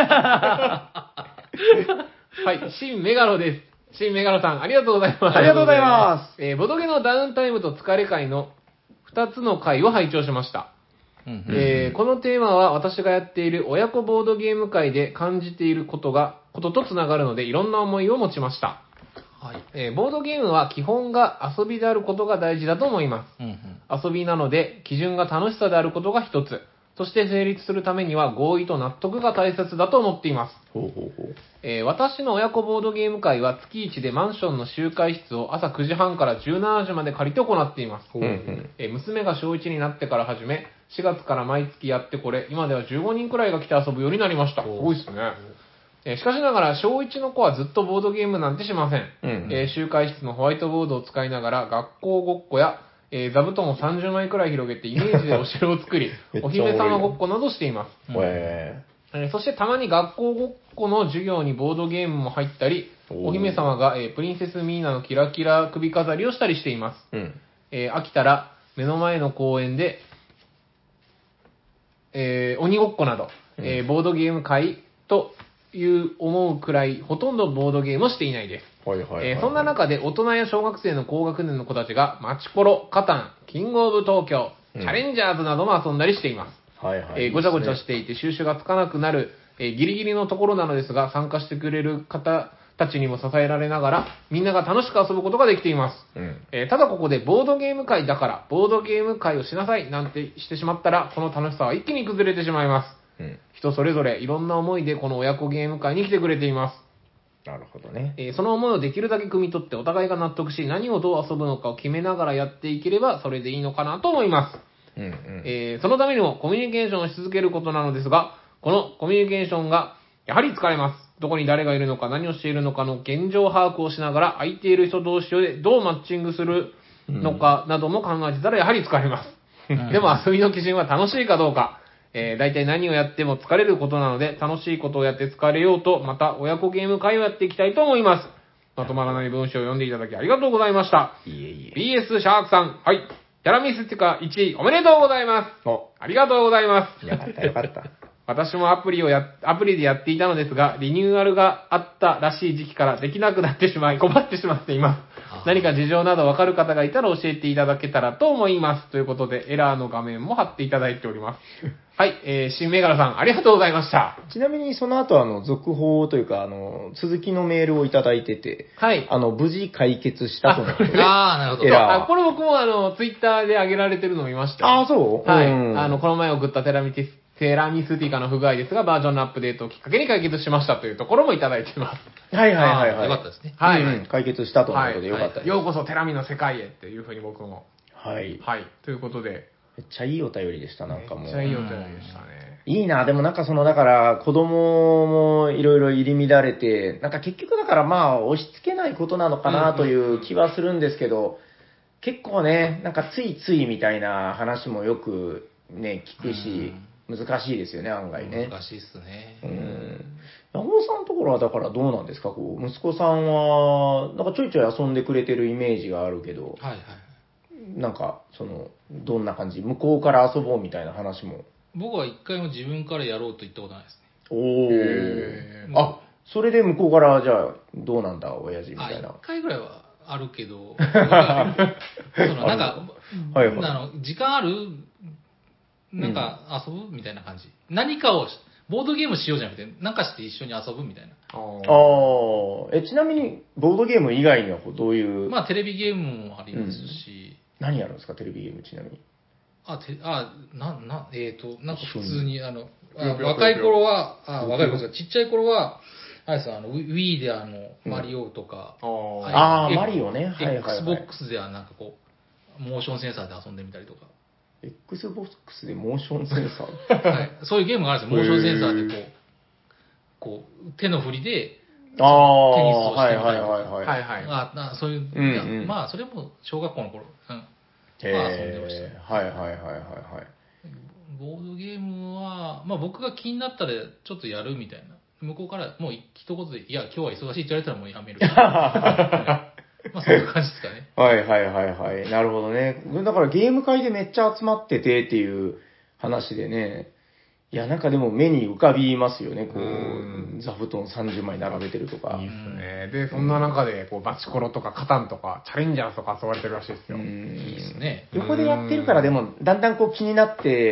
はい、新メガロです。新メガロさん、ありがとうございます。 ありがとうございます。 えーボドゲのダウンタイムと疲れ会のふたつの回を拝聴しました。 うんうんえーこのテーマは私がやっている親子ボードゲーム会で感じていることが、こととつながるのでいろんな思いを持ちました。 はい。 えーボードゲームは基本が遊びであることが大事だと思います。 うんうん。 遊びなので、基準が楽しさであることが一つ。そして成立するためには合意と納得が大切だと思っています。 ほうほうほう。 えー私の親子ボードゲーム会は月いちでマンションの集会室を朝くじはんからじゅうしちじまで借りて行っています。 うんうんえー娘が小いちになってから始め、しがつから毎月やってこれ、今ではじゅうごにんくらいが来て遊ぶようになりました。すごいですね。えーしかしながら小いちの子はずっとボードゲームなんてしません。 うんうんえー集会室のホワイトボードを使いながら学校ごっこや、えー座布団をさんじゅうまいくらい広げてイメージでお城を作りめっち、ゃお姫様ごっこなどしています。 うんへえーそしてたまに学校ごっこの授業にボードゲームも入ったり、 おーお姫様が、えープリンセスミーナのキラキラ首飾りをしたりしています。 ーうん。 えー飽きたら目の前の公園で、えー鬼ごっこなど、えーボードゲーム会という思うくらいほとんどボードゲームをしていないです。 はいはいはいはい。 えーそんな中で大人や小学生の高学年の子たちがマチコロ、カタン、キングオブ東京、 うんチャレンジャーズなども遊んだりしています。 はいはい。 えーごちゃごちゃしていて収集がつかなくなる、えーギリギリのところなのですが、参加してくれる方たちにも支えられながら、みんなが楽しく遊ぶことができています。 うん。 えーただここでボードゲーム会だから、ボードゲーム会をしなさいなんてしてしまったら、この楽しさは一気に崩れてしまいます。 うん。 人それぞれいろんな思いでこの親子ゲーム会に来てくれています。 なるほどね。 えーその思いをできるだけ汲み取ってお互いが納得し、何をどう遊ぶのかを決めながらやっていければそれでいいのかなと思います。 うんうん。 えーそのためにもコミュニケーションをし続けることなのですが、このコミュニケーションがやはり疲れます。どこに誰がいるのか何をしているのかの現状把握をしながら、空いている人同士でどうマッチングするのかなども考えてたらやはり疲れます。 うんでも遊びの基準は楽しいかどうか。えー、大体何をやっても疲れることなので、楽しいことをやって疲れようと、また親子ゲーム会をやっていきたいと思います。まとまらない文章を読んでいただきありがとうございました。 いえいえ。 ビーエス シャークさん、はい。テラミスティカいちいおめでとうございます。 お、 ありがとうございます。 よかったよかった。 私もアプリをや、アプリでやっていたのですが、リニューアルがあったらしい時期からできなくなってしまい、困ってしまっていますあ。ー何か事情などわかる方がいたら教えていただけたらと思います。ということで、エラーの画面も貼っていただいております。はい、えー、新メガラさん、ありがとうございました。 ちなみにその後あの、続報というか、あの、続きのメールをいただいてて、 はい。 あの、無事解決したとのことで。 ああ、なるほど。 エラーあ、これ僕もあの、ツイッターで上げられてるのを見ましたよ。 ああ、そうはい。 うんあの、この前送ったテラミティス、テラミスティカの不具合ですが、バージョンのアップデートをきっかけに解決しましたというところもいただいてます。 はいはいはいはい。 あーよかったですね。 はい。 うん解決したとのことでよかったです。 ようこそテラミの世界へっていうふうに僕も。 はい。 はい。ということで、 めっちゃいいお便りでした、なんかもう。 めっちゃいいお便りでしたね。 いいな、でもなんかその、だから、子供もいろいろ入り乱れて、なんか結局だからまあ、押し付けないことなのかなという気はするんですけど、結構ね、なんかついついみたいな話もよくね、聞くし、難しいですよね、案外ね。 難しいっすね。 うん。山本さんのところはだからどうなんですか、こう、息子さんは、なんかちょいちょい遊んでくれてるイメージがあるけど、 はいはい。 なんか、その、どんな感じ向こうから遊ぼうみたいな話も。 僕は一回も自分からやろうと言ったことないですね。 おへー。あ、それで向こうから、じゃあ、どうなんだ、親父みあ、 たいな一。回ぐらいはあるけど、僕はそのなんか、 はいはいあの時間あるなんか遊ぶみたいな感じ。何かを、ボードゲームしようじゃなくて、なんかして一緒に遊ぶみたいな。 ああー。え、ちなみに、ボードゲーム以外にはどういう、 まあテレビゲームもありますし、 何やるんですか、テレビゲームちなみに。 あ、て、あ、な、な、えっ、と、なんか普通に、あの、あぷよぷよ若い頃は、あ、若い頃ですか、ちっちゃい頃は、あれですよあの、Wii Wii であの、マリオとか、 あー。 あー X- マリオねはいはいはい Xbox ではなんかこう、モーションセンサーで遊んでみたりとか。 Xbox でモーションセンサー。 はい、そういうゲームがあるんですよ。モーションセンサーでこう、こう、手の振りで、 ああ、 テニスをしてみたりとかはいはいはいはい。 はいはい。 あなそういう、 うんうんいやまあ、それも小学校の頃、うん。 へまあ遊んでましたえ、はいはいはいはいはい。 ボードゲームは、まあ僕が気になったらちょっとやるみたいな。向こうからもう一言で、いや、今日は忙しいって言われたらもうやめる。まあそんな感じですかね。 はいはいはいはい。なるほどね。だからゲーム会でめっちゃ集まっててっていう話でね。いや、なんかでも目に浮かびますよね。こうう、座布団さんじゅうまい並べてるとか。 いいっすね。で、そんな中で、こう、バチコロとかカタンとか、チャレンジャーズとか遊ばれてるらしいですよ。 うんいいですね。 横でやってるからでも、だんだんこう気になって、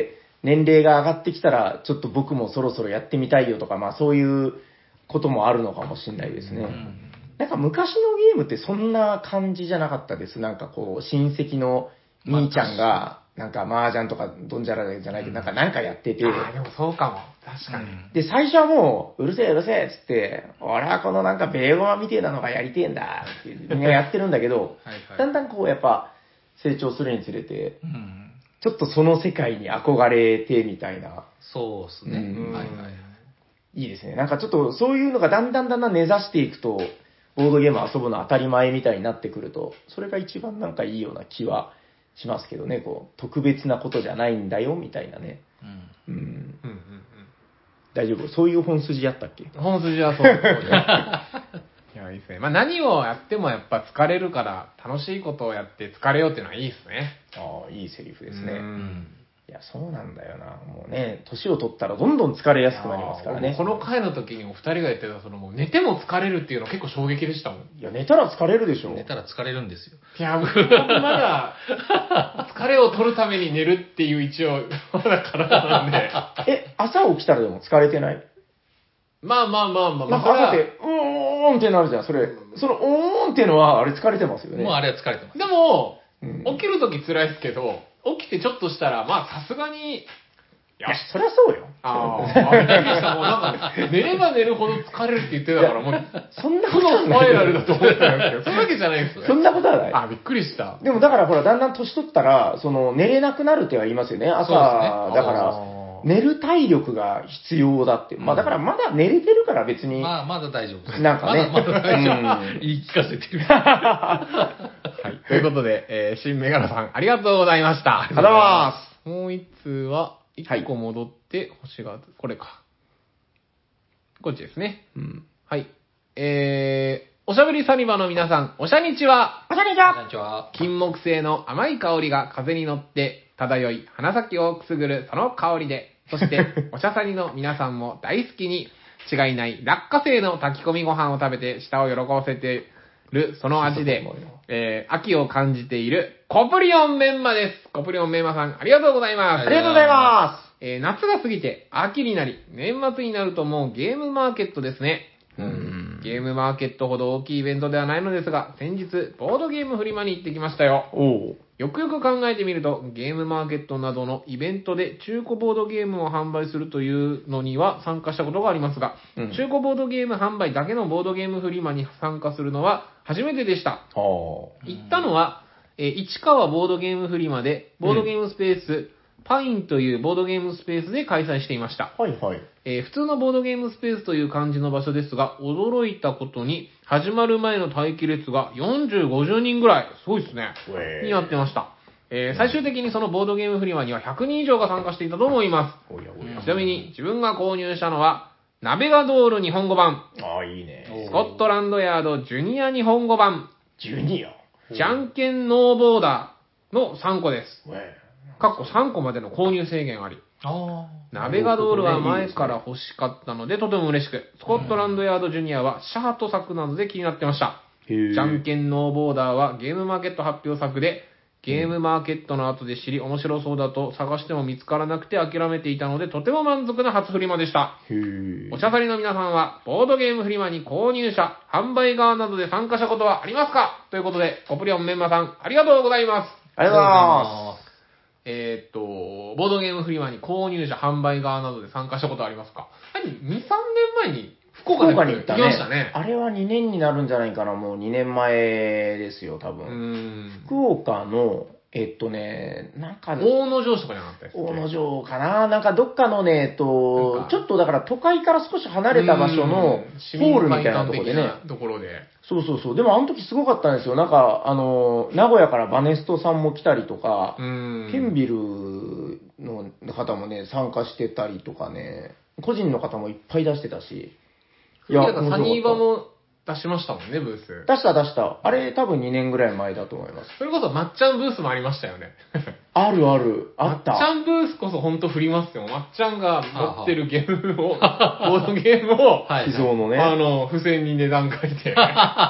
年齢が上がってきたら、ちょっと僕もそろそろやってみたいよとか、まあそういうこともあるのかもしれないですね。 うんなんか昔のゲームってそんな感じじゃなかったです。なんかこう、親戚の兄ちゃんが、なんか麻雀とかドンジャラじゃないけど、なんかなんかやってて、 ああ、でもそうかも。確かに。 で、最初はもう、うるせえうるせえっつって、俺はこのなんかベーゴマみてえなのがやりてえんだってみんなやってるんだけど、 はいはい。 だんだんこうやっぱ成長するにつれて、 うん。 ちょっとその世界に憧れてみたいな、 そうですね。 うんはいはいはい。 いいですね。なんかちょっとそういうのがだんだんだんだん根ざしていくと、ボードゲーム遊ぶの当たり前みたいになってくると、それが一番なんかいいような気はしますけどね、こう、特別なことじゃないんだよみたいなね。 うん。 うん。 うんうん大丈夫そういう本筋やったっけうん。本筋はそうそうです。いや、いいですね。まあ何をやってもやっぱ疲れるから、楽しいことをやって疲れようっていうのはいいですね。 ああ、いいセリフですうね。 んいや、そうなんだよな。もうね、年を取ったらどんどん疲れやすくなりますからね。 この回の時にお二人が言ってた、そのもう寝ても疲れるっていうの結構衝撃でしたもん。 いや、寝たら疲れるでしょ。 寝たら疲れるんですよ。 いや、僕まだ、疲れを取るために寝るっていう一応、まだ体なんで。 え、朝起きたらでも疲れてないまあまあまあまあ、 なんか朝って、うーんってなるじゃん、それ。その、うーんっていうのは、あれ疲れてますよね。 もうあれは疲れてます。 でも、 うん起きるとき辛いですけど、起きてちょっとしたら、まあさすがに、 いや、そりゃそうよ。 あーあ、びっくりした。もうなんか、寝れば寝るほど疲れるって言ってたから、もう、 そんな負ことはのスない。 パイラルだと思ってたんですけど、そういうわけじゃないですよ。 そんなことはない。 あ、びっくりした。 でもだからほら、だんだん年取ったら、その、寝れなくなるっては言いますよね。朝、 そうですねだから、 あー寝る体力が必要だって。まあだからまだ寝れてるから別に。 まあ、まだ大丈夫です。 なんかねまだまだ大丈うん夫。言い聞かせてる。 はい。ということで、えー、新メガロさん、ありがとうございました。 ありがとうございまもう一通は、一個戻って、星が、これか。こっちですね。 す。うん。 はい。えー、おしゃべりサニバの皆さん、おしゃにちは。 おしゃれじこんゃにちは。 金木犀の甘い香りが風に乗って漂い鼻先をくすぐるその香りで、そしておしゃさにの皆さんも大好きに違いない落花生の炊き込みご飯を食べて舌を喜ばせてるその味で、えー、秋を感じているコプリオンメンマです。コプリオンメンマさんありがとうございます。 ありがとうございまえー、夏が過ぎて秋になり、年末になるともうゲームマーケットですね。 す。うん。 ゲームマーケットほど大きいイベントではないのですが、先日、ボードゲームフリマに行ってきましたよ。 おう。 よくよく考えてみると、ゲームマーケットなどのイベントで中古ボードゲームを販売するというのには参加したことがありますが、 うん中古ボードゲーム販売だけのボードゲームフリマに参加するのは初めてでした。 ああ。 行ったのは、えー市川ボードゲームフリマで、ボードゲームスペース、パインというボードゲームスペースで開催していました。 はいはい。 えー普通のボードゲームスペースという感じの場所ですが、驚いたことに、始まる前の待機列がよんじゅう、ごじゅうにんぐらい、すごいですね。 へーになってました。えー最終的にそのボードゲームフリマにはひゃくにん以上が参加していたと思いまおやおす。 や。 ちなみに自分が購入したのは、ナベガドール日本語版、 ああ、いいね。 スコットランドヤードジュニア日本語版、 ジュニア。 じゃんけんノーボーダーのさんこです。 うえかっこさんこまでの購入制限あり。 あナベガドールは前から欲しかったのでとても嬉しく、スコットランドヤードジュニアはシャート作などで気になってました。 へーじゃんけんノーボーダーはゲームマーケット発表作で、ゲームマーケットの後で知り面白そうだと探しても見つからなくて諦めていたのでとても満足な初フリマでした。 へーおしゃさりの皆さんは、ボードゲームフリマに購入者、販売側などで参加したことはありますかということで、コプリオンメンマさん、ありがとうございます。 ありがとうございまえーっと、ボードゲームフリマに購入者、販売側などで参加したことありますか？何 に、さんねんまえに福岡で福岡に行ったね。 行きましたね。 あれはにねんになるんじゃないかな、もうにねんまえですよ、多うー分。 ん。 福岡の、えっとね、なんか、 大野城市とかじゃなかったですっけ大野城かななんかどっかのね、えっとなん、かちょっとだから都会から少し離れた場所のうんホールみたいなところでね。 市民会館的なところで。 そうそうそう。でもあの時すごかったんですよ。なんか、あの、名古屋からバネストさんも来たりとかう、ーん。 ケンビルの方もね、参加してたりとかね、個人の方もいっぱい出してたし。 いや、サ面白かったニーバも出しましたもんね、ブース。 出した出した。あれ多分にねんぐらい前だと思います。 それこそ、まっちゃんブースもありましたよね。 あるある。あった。 まっちゃんブースこそ本当振りますよ。まっちゃんが持ってるゲームを、ボードゲームを、 はい。 秘蔵のね。 あの、付箋に値段書いて、 え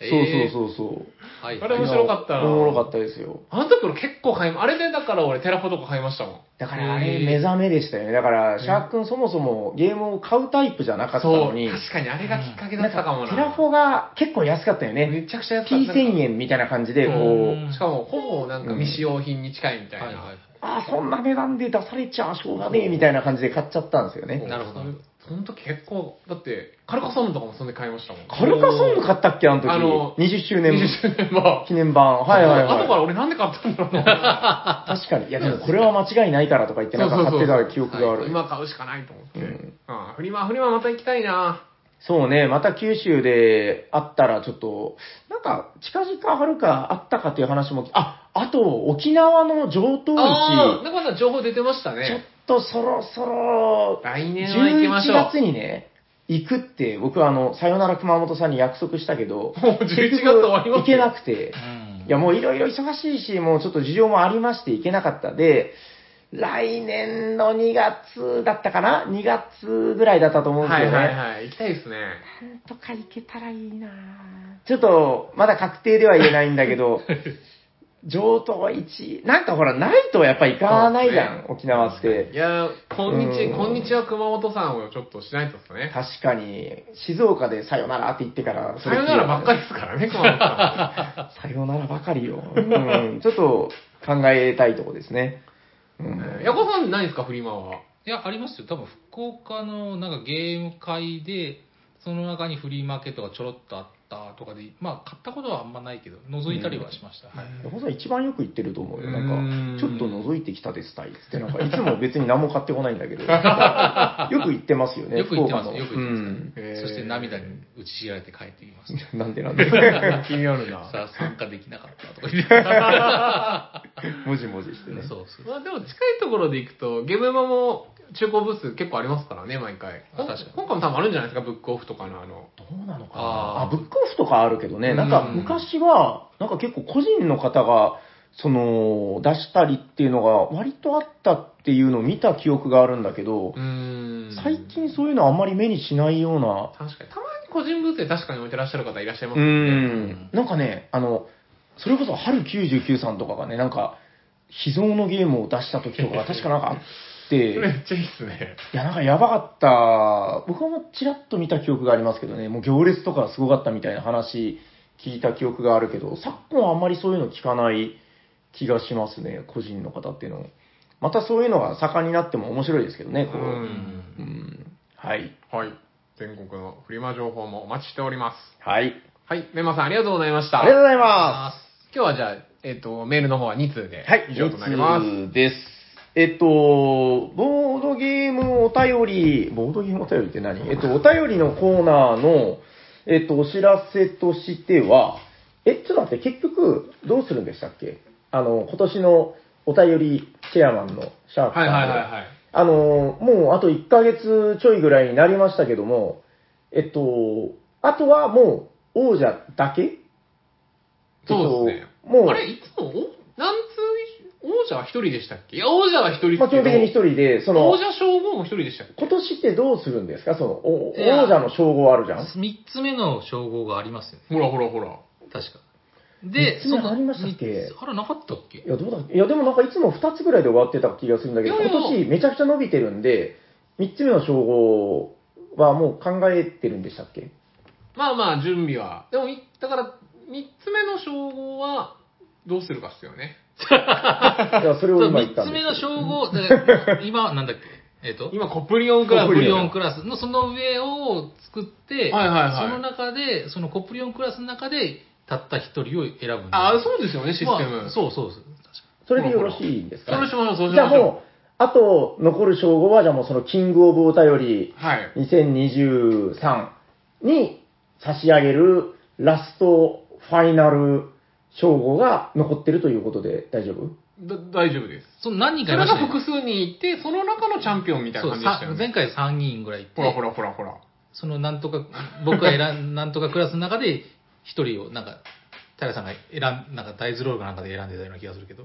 えーそうそうそうそう。 はい。 あれ面白かったな。 おもろかったですよ。 あの時俺結構買い、あれでだから俺テラフォとか買いましたもん。 だからあれへー目覚めでしたよね。だから、シャーク君そもそもゲームを買うタイプじゃなかったのに、 そう、確かにあれがきっかけだったかもな。 テラフォが結構安かったよね。 めちゃくちゃ安かった。 ピーせん 円みたいな感じで、こうんう、 しかもほぼなんか未使用品に近いみたいな。 はいはい。 ああ、そんな値段で出されちゃしょうがねえみたいな感じで買っちゃったんですよね。 なるほど。 その時結構、だって、カルカソンヌとかもそんで買いましたもん。 カルカソンヌ買ったっけあの時。 あのにじゅっしゅうねんにじゅっしゅうねんまあ。 記念版。はいはいはい。 後から俺なんで買ったんだろうな。 確かに。いやでもこれは間違いないからとか言ってなんか買ってた記憶がある。 今買うしかないと思って。 うんうん。フリマ、フリマまた行きたいな。 そうね、また九州であったらちょっと、なんか近々はるかあったかという話も、あ、あと沖縄の上等ああ、 市、 なんかまだ情報出てましたちょっね。 とそろそろ、 来年は行きましょう。 じゅういちがつにね、行くって僕はあの、さよなら熊本さんに約束したけど、 もうじゅういちがつ終わりますよ結局行けなくて、 うんいやもういろいろ忙しいし、もうちょっと事情もありまして行けなかったで、来年のにがつだったかな ?に 月ぐらいだったと思うんですはいよね。 はいはい。行きたいですね。 なんとか行けたらいいなぁちょっと、まだ確定では言えないんだけど、上等いち、なんかほら、ないとやっぱ行かないじゃん、 そうですね沖縄ってい。やー、こんにち、 うんこんにちは熊本さんをちょっとしないとですね。 確かに、静岡でさよならって言ってから、 さよならばっかりり。 ですからね、熊本ささよならばかりよ。うん、ちょっと考えたいとこですね。うんん。ヤコさんないですか、フリマは。 いや、ありますよ。多分、福岡のなんかゲーム会で、その中にフリーマーケットがちょろっとあったとかで、まあ、買ったことはあんまないけど、覗いたりはしました。はい。 横さん一番よく言ってると思うよ。なうんんか、ちょっと覗いてきたですたいっつって、なんか、いつも別に何も買ってこないんだけど、よく言ってますよね、 よく言ってます。 福岡のよく言ってます。 うんへーそして涙に打ちひられて帰ってきました。 なんでなんで気になるな。 さあ、参加できなかったとか言って。 もじもじしてね。 そうそう。 まあでも近いところで行くと、ゲームマも中古ブース結構ありますからね、毎回。 あ確かに今回も多分あるんじゃないですか、ブックオフとかのあの。 どうなのかなあーあブックオフとかあるけどね、なんかうん昔は、なんか結構個人の方が、その、出したりっていうのが割とあったっていうのを見た記憶があるんだけどう、ーん。 最近そういうのあんまり目にしないような、 確かに。たまに個人ブースで確かに置いてらっしゃる方いらっしゃいまうすよね。 ん、なんかね、あの、それこそ春きゅうじゅうきゅうさんとかがね、なんか、秘蔵のゲームを出した時とかが確かなんかあって、 めっちゃいいっすね。 いや、なんかやばかった。僕はもうちらっと見た記憶がありますけどね、もう行列とかすごかったみたいな話聞いた記憶があるけど、昨今はあんまりそういうの聞かない気がしますね、個人の方っていうのも。またそういうのが盛んになっても面白いですけどね、こう。 うんうんはい。 はい。全国のフリマ情報もお待ちしております。 はい。 はい。メンマさんありがとうございました。 ありがとうございま今日はじゃあ、えっ、と、メールの方はに通で、 す。はい。 以上となります。 に通です。えっと、ボードゲームお便り、ボードゲームお便りって何えっと、お便りのコーナーの、えっと、お知らせとしては、え、ちょっと待って、結局、どうするんでしたっけあの、今年のお便りチェアマンのシャークさんで。 はいはいはいはい。 あの、もうあといっかげつちょいぐらいになりましたけども、えっと、あとはもう王者だけそうですね。 えっともうあれ、いつも、お何通、王者は一人でしたっけいや、王者は一人ですけど、 まあ、基本的に一人で、その、 王者称号も一人でしたっけ今年ってどうするんですかその、おいや王者の称号あるじゃんみっつめの称号がありますよね。 ほらほらほら。 確か。 みっで、 つめありましたっけみっつあら、なかったっけいや、どうだいや、でもなんかいつもふたつぐらいで終わってた気がするんだけど、 いやいや今年めちゃくちゃ伸びてるんで、みっつめの称号はもう考えてるんでしたっけまあまあ、準備は。でも、いだから、三つ目の称号は、どうするかっすよね。 いや、それをそう、 今 3 言ったんですつ目の称号、で今、なんだっけ、えっ、と、 今、コプリオンクラス。 コプリオンクラスのその上を作って、 はいはいはいその中で、そのコプリオンクラスの中で、たった一人を選ぶんですああ、そうですよね、システム。 まあそうそうです。 それでよろしいですかそうしましょう、そうしじゃあましょう。 もう、あと残る称号は、じゃあもうそのキングオブお便りはい。 にせんにじゅうさんに差し上げるラストファイナル称号が残ってるということで大丈夫だ大丈夫です。 その何人それかいましたね。 が複数人いて、その中のチャンピオンみたいなそう感じでしたよね。 さ前回さんにんぐらいいて、 ほらほらほらほら。 そのなんとか、僕が選ん、なんとかクラスの中で一人を、なんか、平さんが選ん、なんか大ズロールかなんかで選んでたような気がするけど。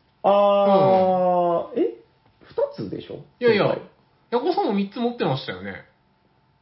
あー、え二つでしょいやいや今回、 ヤコさんもみっつ持ってましたよね。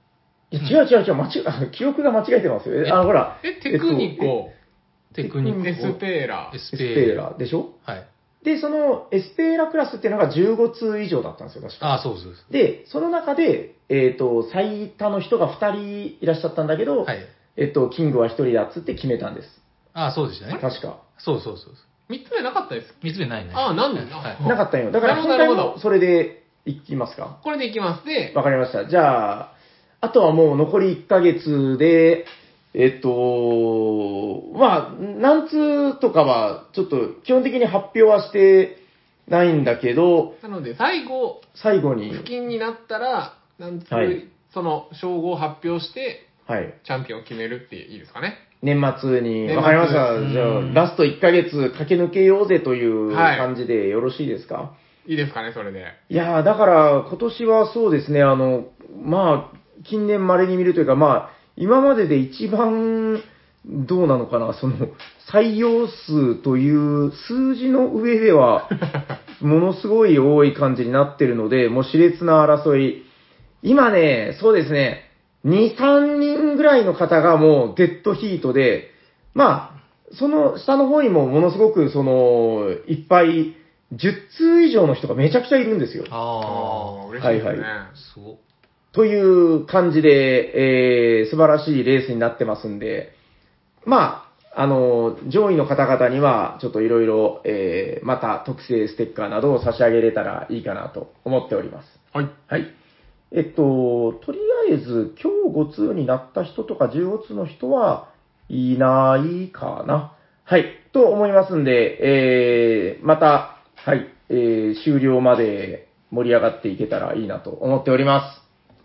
いや違う違う違う、間違え、記憶が間違えてますよ。えあの、ほら、 え、テクニコ、 テクニック。 エスペーラエ。 エススペーラでしょはい。 で、そのエスペーラクラスっていうのがじゅうご通以上だったんですよ、確か。 ああ、そうそうそう。 で、その中で、えっ、と、最多の人がふたりいらっしゃったんだけど、 はい。 えっ、と、キングはひとりだっつって決めたんです。 ああ、そうでしたね。 確か。 そうそうそう。 みっつめなかったです。 三つ目ないね。 ああ、なんではい。 なかったんよ。だからなるほ今どなるほど回もそれでいきますか。 これでいきます。で、 わかりました。じゃあ、あとはもう残りいっかげつで、えっと、まあ、何通とかは、ちょっと基本的に発表はしてないんだけど、 なので、最後、 最後に、 付近になったら、なんつう、 はいその、称号を発表して、 はい、 チャンピオンを決めるっていいですかね。 年末に、 年末わかりました。 うんじゃあ、ラストいっかげつ駆け抜けようぜというはい感じでよろしいですか？ いいですかね、それで。 いやー、だから、今年はそうですね、あの、まあ、近年稀に見るというか、まあ、今までで一番、どうなのかな、その、採用数という数字の上では、ものすごい多い感じになってるので、もう熾烈な争い。今ね、そうですね、に、さんにんぐらいの方がもうデッドヒートで、まあ、その下の方にもものすごく、その、いっぱい、じゅっ通以上の人がめちゃくちゃいるんですよ。 あああ、嬉しいですね。 はいはいあ、すごっ。 という感じで、えー、素晴らしいレースになってますんで、まあ、あの、上位の方々には、ちょっといろいろ、えー、また特製ステッカーなどを差し上げれたらいいかなと思っております。 はい。 はい。えっと、とりあえず、今日ご通になった人とかじゅうご通の人はいないかな。はい。と思いますんで、えー、また、はい、えー、終了まで盛り上がっていけたらいいなと思っております。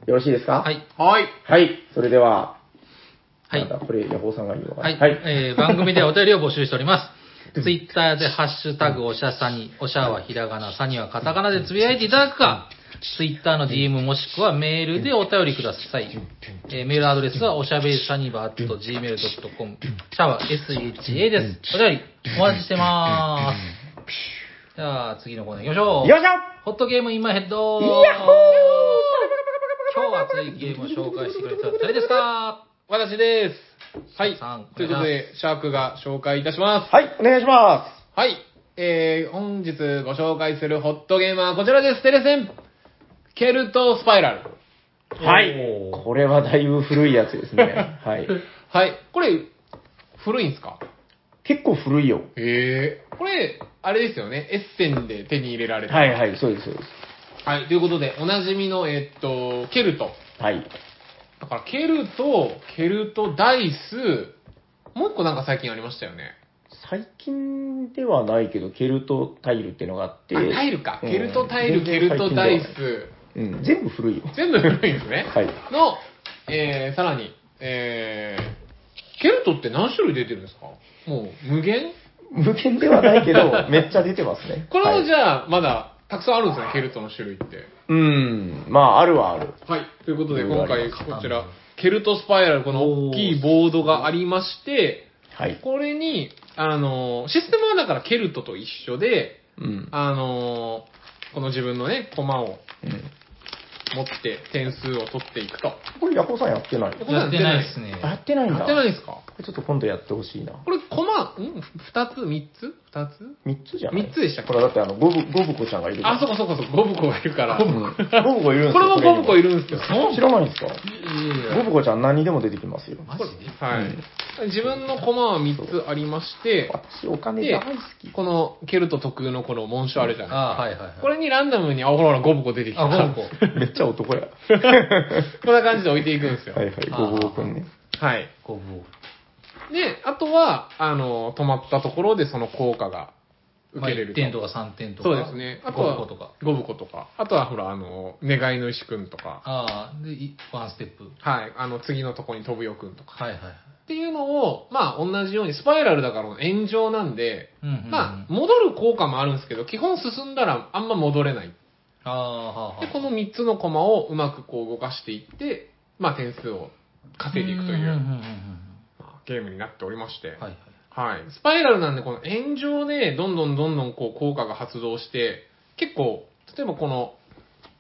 よろしいですか？ はい。 はい。 はい。それでは、 はいなんだ、これ、ヤホーさんがいいのかな。 はい。えー番組ではお便りを募集しております。ツイッターでハッシュタグおしゃさに、おしゃはひらがな、さにはカタカナでつぶやいていただくか、ツイッターの ディーエム もしくはメールでお便りください。えーメールアドレスはおしゃべりサニバー at ジーメールドットコム、シャワー エスエイチエー です。お便りお待ちしてまーす。じゃあ次のコーナー行きましょう。 よいしょホットゲームインマイヘッド。 イヤッホー今日熱いゲームを紹介してくれた誰ですか？ 私です。はいさん。 ということで、シャークが紹介いたします。 はい、お願いしまはい。えー、本日ご紹介するホットゲームはこちらです。テレセン。ケルトスパイラル。 す。はいお。ーこれはだいぶ古いやつですね。はい。 はい。これ、古いんすか？ 結構古いよ。 へえ。これ、あれですよね。エッセンで手に入れられた。 はいはい、そうです、そうです。 はい。ということで、おなじみの、えーっと、ケルト。 はい。 だから、ケルト、ケルトダイス、もう一個なんか最近ありましたよね。 最近ではないけど、ケルトタイルっていうのがあって。 あ、タイルか。 うんケルトタイル、ケルトダイス。 うん、全部古いよ。 全部古いんですね。 はいの、えー、さらに、えー、ケルトって何種類出てるんですか？もう、無限無限ではないけど、めっちゃ出てますね。 これはいもじゃあ、まだ、たくさんあるんですね、ケルトの種類って。 うん、まあ、あるはある。 はい。ということで、 いろいろ今回、 ありますこちら、ケルトスパイラル、この大きいボードがありまして、 はい。 これに、あの、システムはだからケルトと一緒で、 うん。 あの、この自分のね、コマをうん。 持って点数を取っていくと。 これ、ヤコウさんやってないやってないですね。 あやってないんだ。 やってないんですか？ これちょっと今度やってほしいな。 これ、コマ、ん二つ三つ二つみっつじゃない三つでしたっけこれだってあの、ゴブ、ゴブコちゃんがいるから。 あ、そうかそうかそうか、ゴブコがいるから。 うんゴブコいるんですよ。 これもゴブコいる。 るんですよ。 知らないんですかいやいやゴブコちゃん何にでも出てきますよ。 マジではい。自分のコマはみっつありまして、 私お金で大好き。、 このケルト特有のこの紋章あるじゃないですか。 あはいはいはい。 これにランダムに、あ、ほらほら、ゴブコ出てきた。 あ、ゴンコ。 めっちゃ男や。 こんな感じで置いていくんですよ。 はいはい、ゴブコくんね。 はい。 ゴブを。 で、あとは、あの、止まったところでその効果が受まあ、 けれるいってんとかさんてんとか。 そうですね。あとは、 ゴブコとか。 ゴブコとか。あとは、ほら、あの、願いの石くんとか。 ああ、で、いワンステップ。 はい。あの、次のとこに飛ぶよくんとか。 はいはいはい。 っていうのを、まあ、同じように、スパイラルだから炎上なんで、 うんうんうんまあ、戻る効果もあるんですけど、基本進んだらあんま戻れない。 ああ、はあはあ。 で、このみっつのコマをうまくこう動かしていって、まあ、点数を稼いでいくというんんんんまあゲームになっておりまして。 はいはい。 はい。スパイラルなんで、この炎上で、どんどんどんどんこう効果が発動して、結構、例えばこの、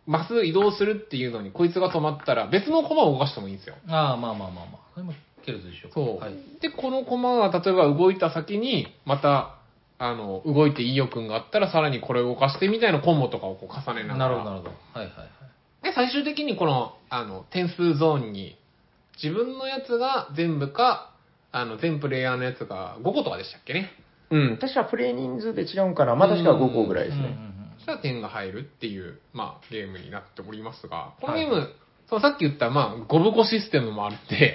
マス移動するっていうのにこいつが止まったら別の駒を動かしてもいいんですよ。 ああ、まあまあまあまあ。それもケルトでしょ。 そう。 はい。 で、この駒が例えば動いた先に、また、あの、動いていいよくんがあったらさらにこれを動かしてみたいなコンボとかをこう重ねながら。 なるほど、なるほど。はいはいはい。 で、最終的にこの、あの、点数ゾーンに、自分のやつが全部か、あの、全プレイヤーのやつがごことかでしたっけね。 うん、確かプレイ人数で違うんかな。まあ確かごこぐらいですね。 うんうんうんそしたら点が入るっていう、まあ、ゲームになっておりますが、このゲーム、はい、そのさっき言った、まあ、ゴブコシステムもあって、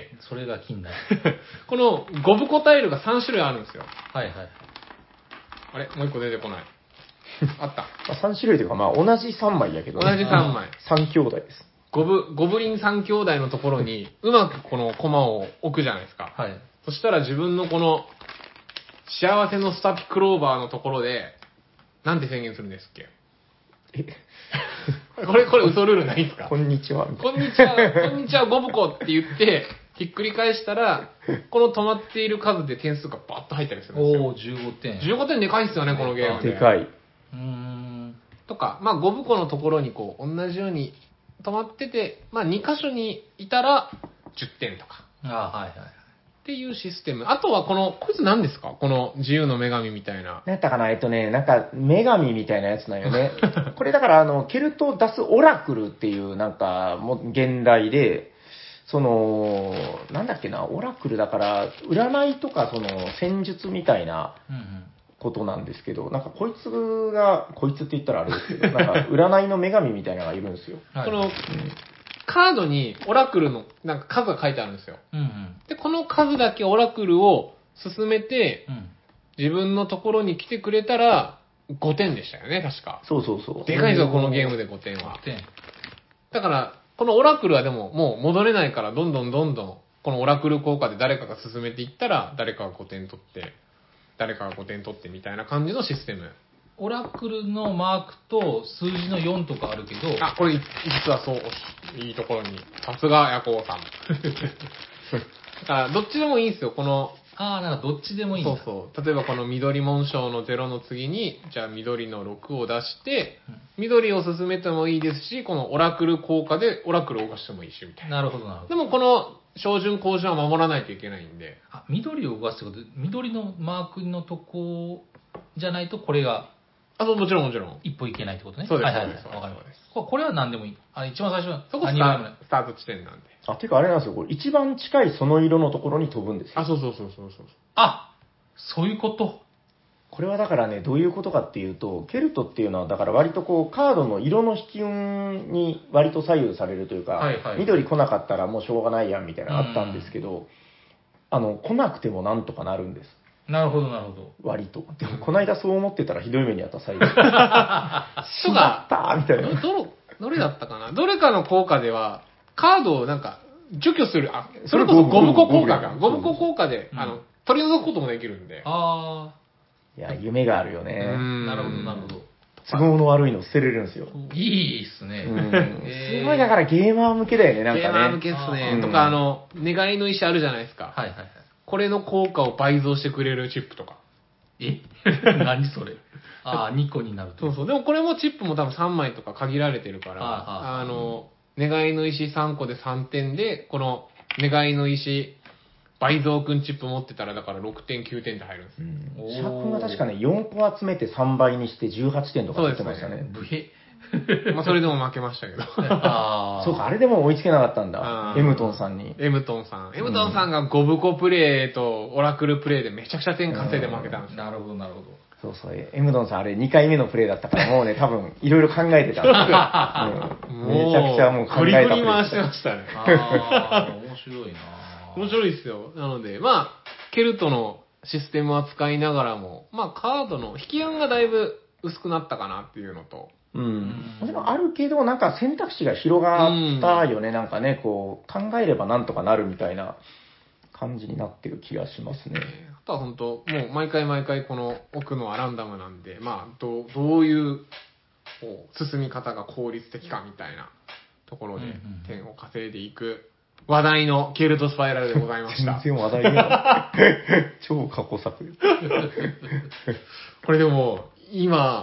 それが気になる。 このゴブコタイルがさん種類あるんですよ。 はいはい。 あれもう一個出てこない。あった。 まあ、さん種類というか、まあ同じさんまいやけど、 ね、同じさんまい。 さん兄弟です。 ゴブ、ゴブリンさん兄弟のところに、うまくこのコマを置くじゃないですか。 はい。 そしたら自分のこの、幸せのスタピクローバーのところで、なんて宣言するんですっけえこれ、これ嘘ルールないんですかこんにちは。 こんにちは、こんにちは、ゴブコって言って、ひっくり返したら、この止まっている数で点数がバッと入ったりするんですよ。 おー、じゅうごてん。 じゅうごてんでかいっすよね、このゲームで。 でかい。うーん。 とか、まあ、ゴブコのところにこう、同じように止まってて、まあ、に箇所にいたらじゅってんとか。 ああ、はいはい。 っていうシステム。あとはこの、こいつ何ですかこの自由の女神みたいな。 何やったかなえっとね、なんか、女神みたいなやつなんよね。これだから、あの、ケルトダスオラクルっていう、なんか、もう、現代で、その、なんだっけな、オラクルだから、占いとか、その、戦術みたいなうんうんことなんですけど、なんか、こいつが、こいつって言ったらあれですけど、なんか、占いの女神みたいなのがいるんですよ。 はい、 この、カードにオラクルのなんか数が書いてあるんですよ。 うんうん。 で、この数だけオラクルを進めて、 うん。 自分のところに来てくれたらごてんでしたよね、確か。 そうそうそう。 でかいんですよ、このゲームでごてんはご。てん。 だから、このオラクルはでももう戻れないから、どんどんどんどん、このオラクル効果で誰かが進めていったら、誰かがごてん取って、誰かがごてん取ってみたいな感じのシステム。 オラクルのマークと数字のよんとかあるけど、 あ、これ実はそう、いいところに。さすがヤコウさん。だから、どっちでもいいんですよ、この。 ああ、なんかどっちでもいいんだ。 そうそう。例えばこの緑紋章のゼロの次に、じゃあ緑のろくを出して、緑を進めてもいいですし、このオラクル効果でオラクルを動かしてもいいし、みたいな。 なるほど、なるほど。 でもこの照準、光準は守らないといけないんで。 あ、緑を動かすってこと、緑のマークのとこじゃないと、これがあ、そう、もちろんもちろん。 一歩いけないってことね。 そうですはいはいはい。 そうですわかりまそうですす。ここれは何でもいい。あ、一番最初は、 そこス何色でもないタスタート地点なんで。 あ、ていうかあれなんですよ、これ一番近いその色のところに飛ぶんですよ。 あ、そうそうそうそうそう。 あ、そういうこと。 これはだからね、どういうことかっていうと、ケルトっていうのは、だから割とこう、カードの色の引き運に割と左右されるというか、 はいはい緑来なかったらもうしょうがないやんみたいなのあったんですけど、あの、来なくてもなんとかなるんです。 なるほど、なるほど。 割と。でも、この間そう思ってたらひどい目にあった最後。しとまったーみたいど、 な。 どれ、どれだったかなどれかの効果では、カードをなんか、除去する、あ、それこそゴブコ効果か。ゴブコ効果で、 うんあの、取り除くこともできるんで。 あいや、夢があるようね。 あ、 んなるほど、なるほど。 都合の悪いの捨てれるんですよ。 いいっすね。 うんえーすごいだからゲーマー向けだよね、なんかゲーマー向ね。 けっすね。 うんとか、あの、願いの石あるじゃないですか。 はいはいはい。 これの効果を倍増してくれるチップとか。 え何それ。ああ、にこになると。 そうそう。でもこれもチップも多分さんまいとか限られてるから、 はいはいはいあの、願いの石さんこでさんてんで、この願いの石倍増くんチップ持ってたら、だからろくてん、きゅうてんで入るんですよ。 うんシャークが確かね、よんこ集めてさんばいにしてじゅうはちてんとか出てましたね。 ブヘ。 まあそれでも負けましたけど。 ああ。 そうか、あれでも追いつけなかったんだあ。ーエムトンさんに。 エムトンさん。エムトンさんがゴブコプレイとオラクルプレイでめちゃくちゃ点稼いで負けたんですよ。 なるほど、なるほど。 そうそう、エムドンさんあれにかいめのプレイだったから、もうね、多分、いろいろ考えてたんですよ。うんめちゃくちゃもう考グリえたプレイグリ回してましたね。 ああ、面白いな。 面白いですよ。なので、まあ、ケルトのシステムは使いながらも、まあ、カードの引き運がだいぶ薄くなったかなっていうのと、 うん。もちろんあるけど、なんか選択肢が広がったよね。なんかね、こう、考えればなんとかなるみたいな感じになってる気がしますね。 えーあとは本当、もう毎回毎回この奥のはランダムなんで、まあ、どうどういうこう進み方が効率的かみたいなところでうんうんうん点を稼いでいく話題のケルトスパイラルでございまし全た。 然話題には超過去作。 これでも、今、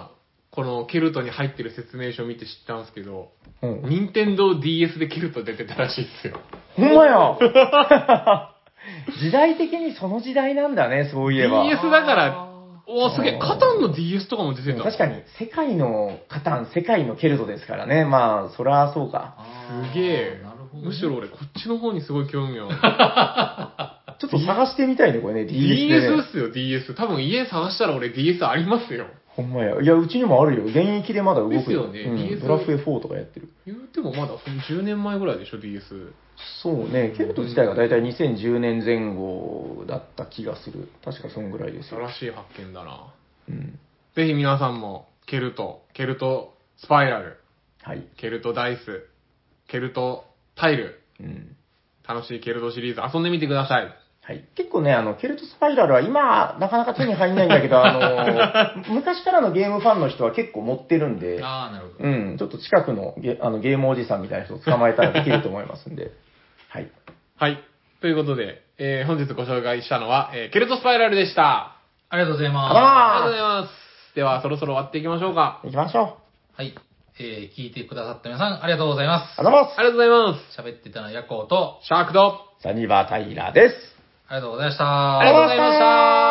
このケルトに入ってる説明書を見て知ったんですけど、 うん。 任天堂 ディーエス でケルト出てたらしいですよ。 ほんまや時代的にその時代なんだね、そういえば。 ディーエス だからあ、 おーすげえ、カタンの ディーエス とかも出てた。 確かに、世界のカタン、世界のケルトですからね。まあ、そらそうか。 あーすげえなるほどね。 むしろ俺こっちの方にすごい興味ある。 ちょっと探してみたいね、これね、ディーエス で、ね。 ディーエス っすよ、ディーエス。多分家探したら俺 ディーエス ありますよ。 ほんまや。いや、うちにもあるよ。現役でまだ動くですよねうんディーエスドラフエフォーとかやってる。 言うてもまだほんじゅうねんまえぐらいでしょ、ディーエス。 そうね、ケルト自体がだいたいにせんじゅうねんぜん後だった気がする。確かそんぐらいですよ。 新しい発見だな。 うん。 ぜひ皆さんも、ケルト、ケルトスパイラル、 はい。 ケルトダイス、ケルトタイル、 うん。 楽しいケルトシリーズ遊んでみてください。 はい。結構ね、あの、ケルトスパイラルは今、なかなか手に入んないんだけど、あの、昔からのゲームファンの人は結構持ってるんで、 ああ、なるほど。 うん、ちょっと近くのゲあのゲームおじさんみたいな人を捕まえたらできると思いますんで、はい。 はい。ということで、えー本日ご紹介したのは、えーケルトスパイラルでした。 ありがとうございます。 あらまありがとうございます。では、そろそろ終わっていきましょうか。 行きましょう。 はい。えー、聞いてくださった皆さん、ありがとうございます。 ありがとうございます。 ありがとうございます。 喋ってたのはヤコウと、 シャークと、 サニバタイラーです。 ありがとうございました。 ありがとうございました。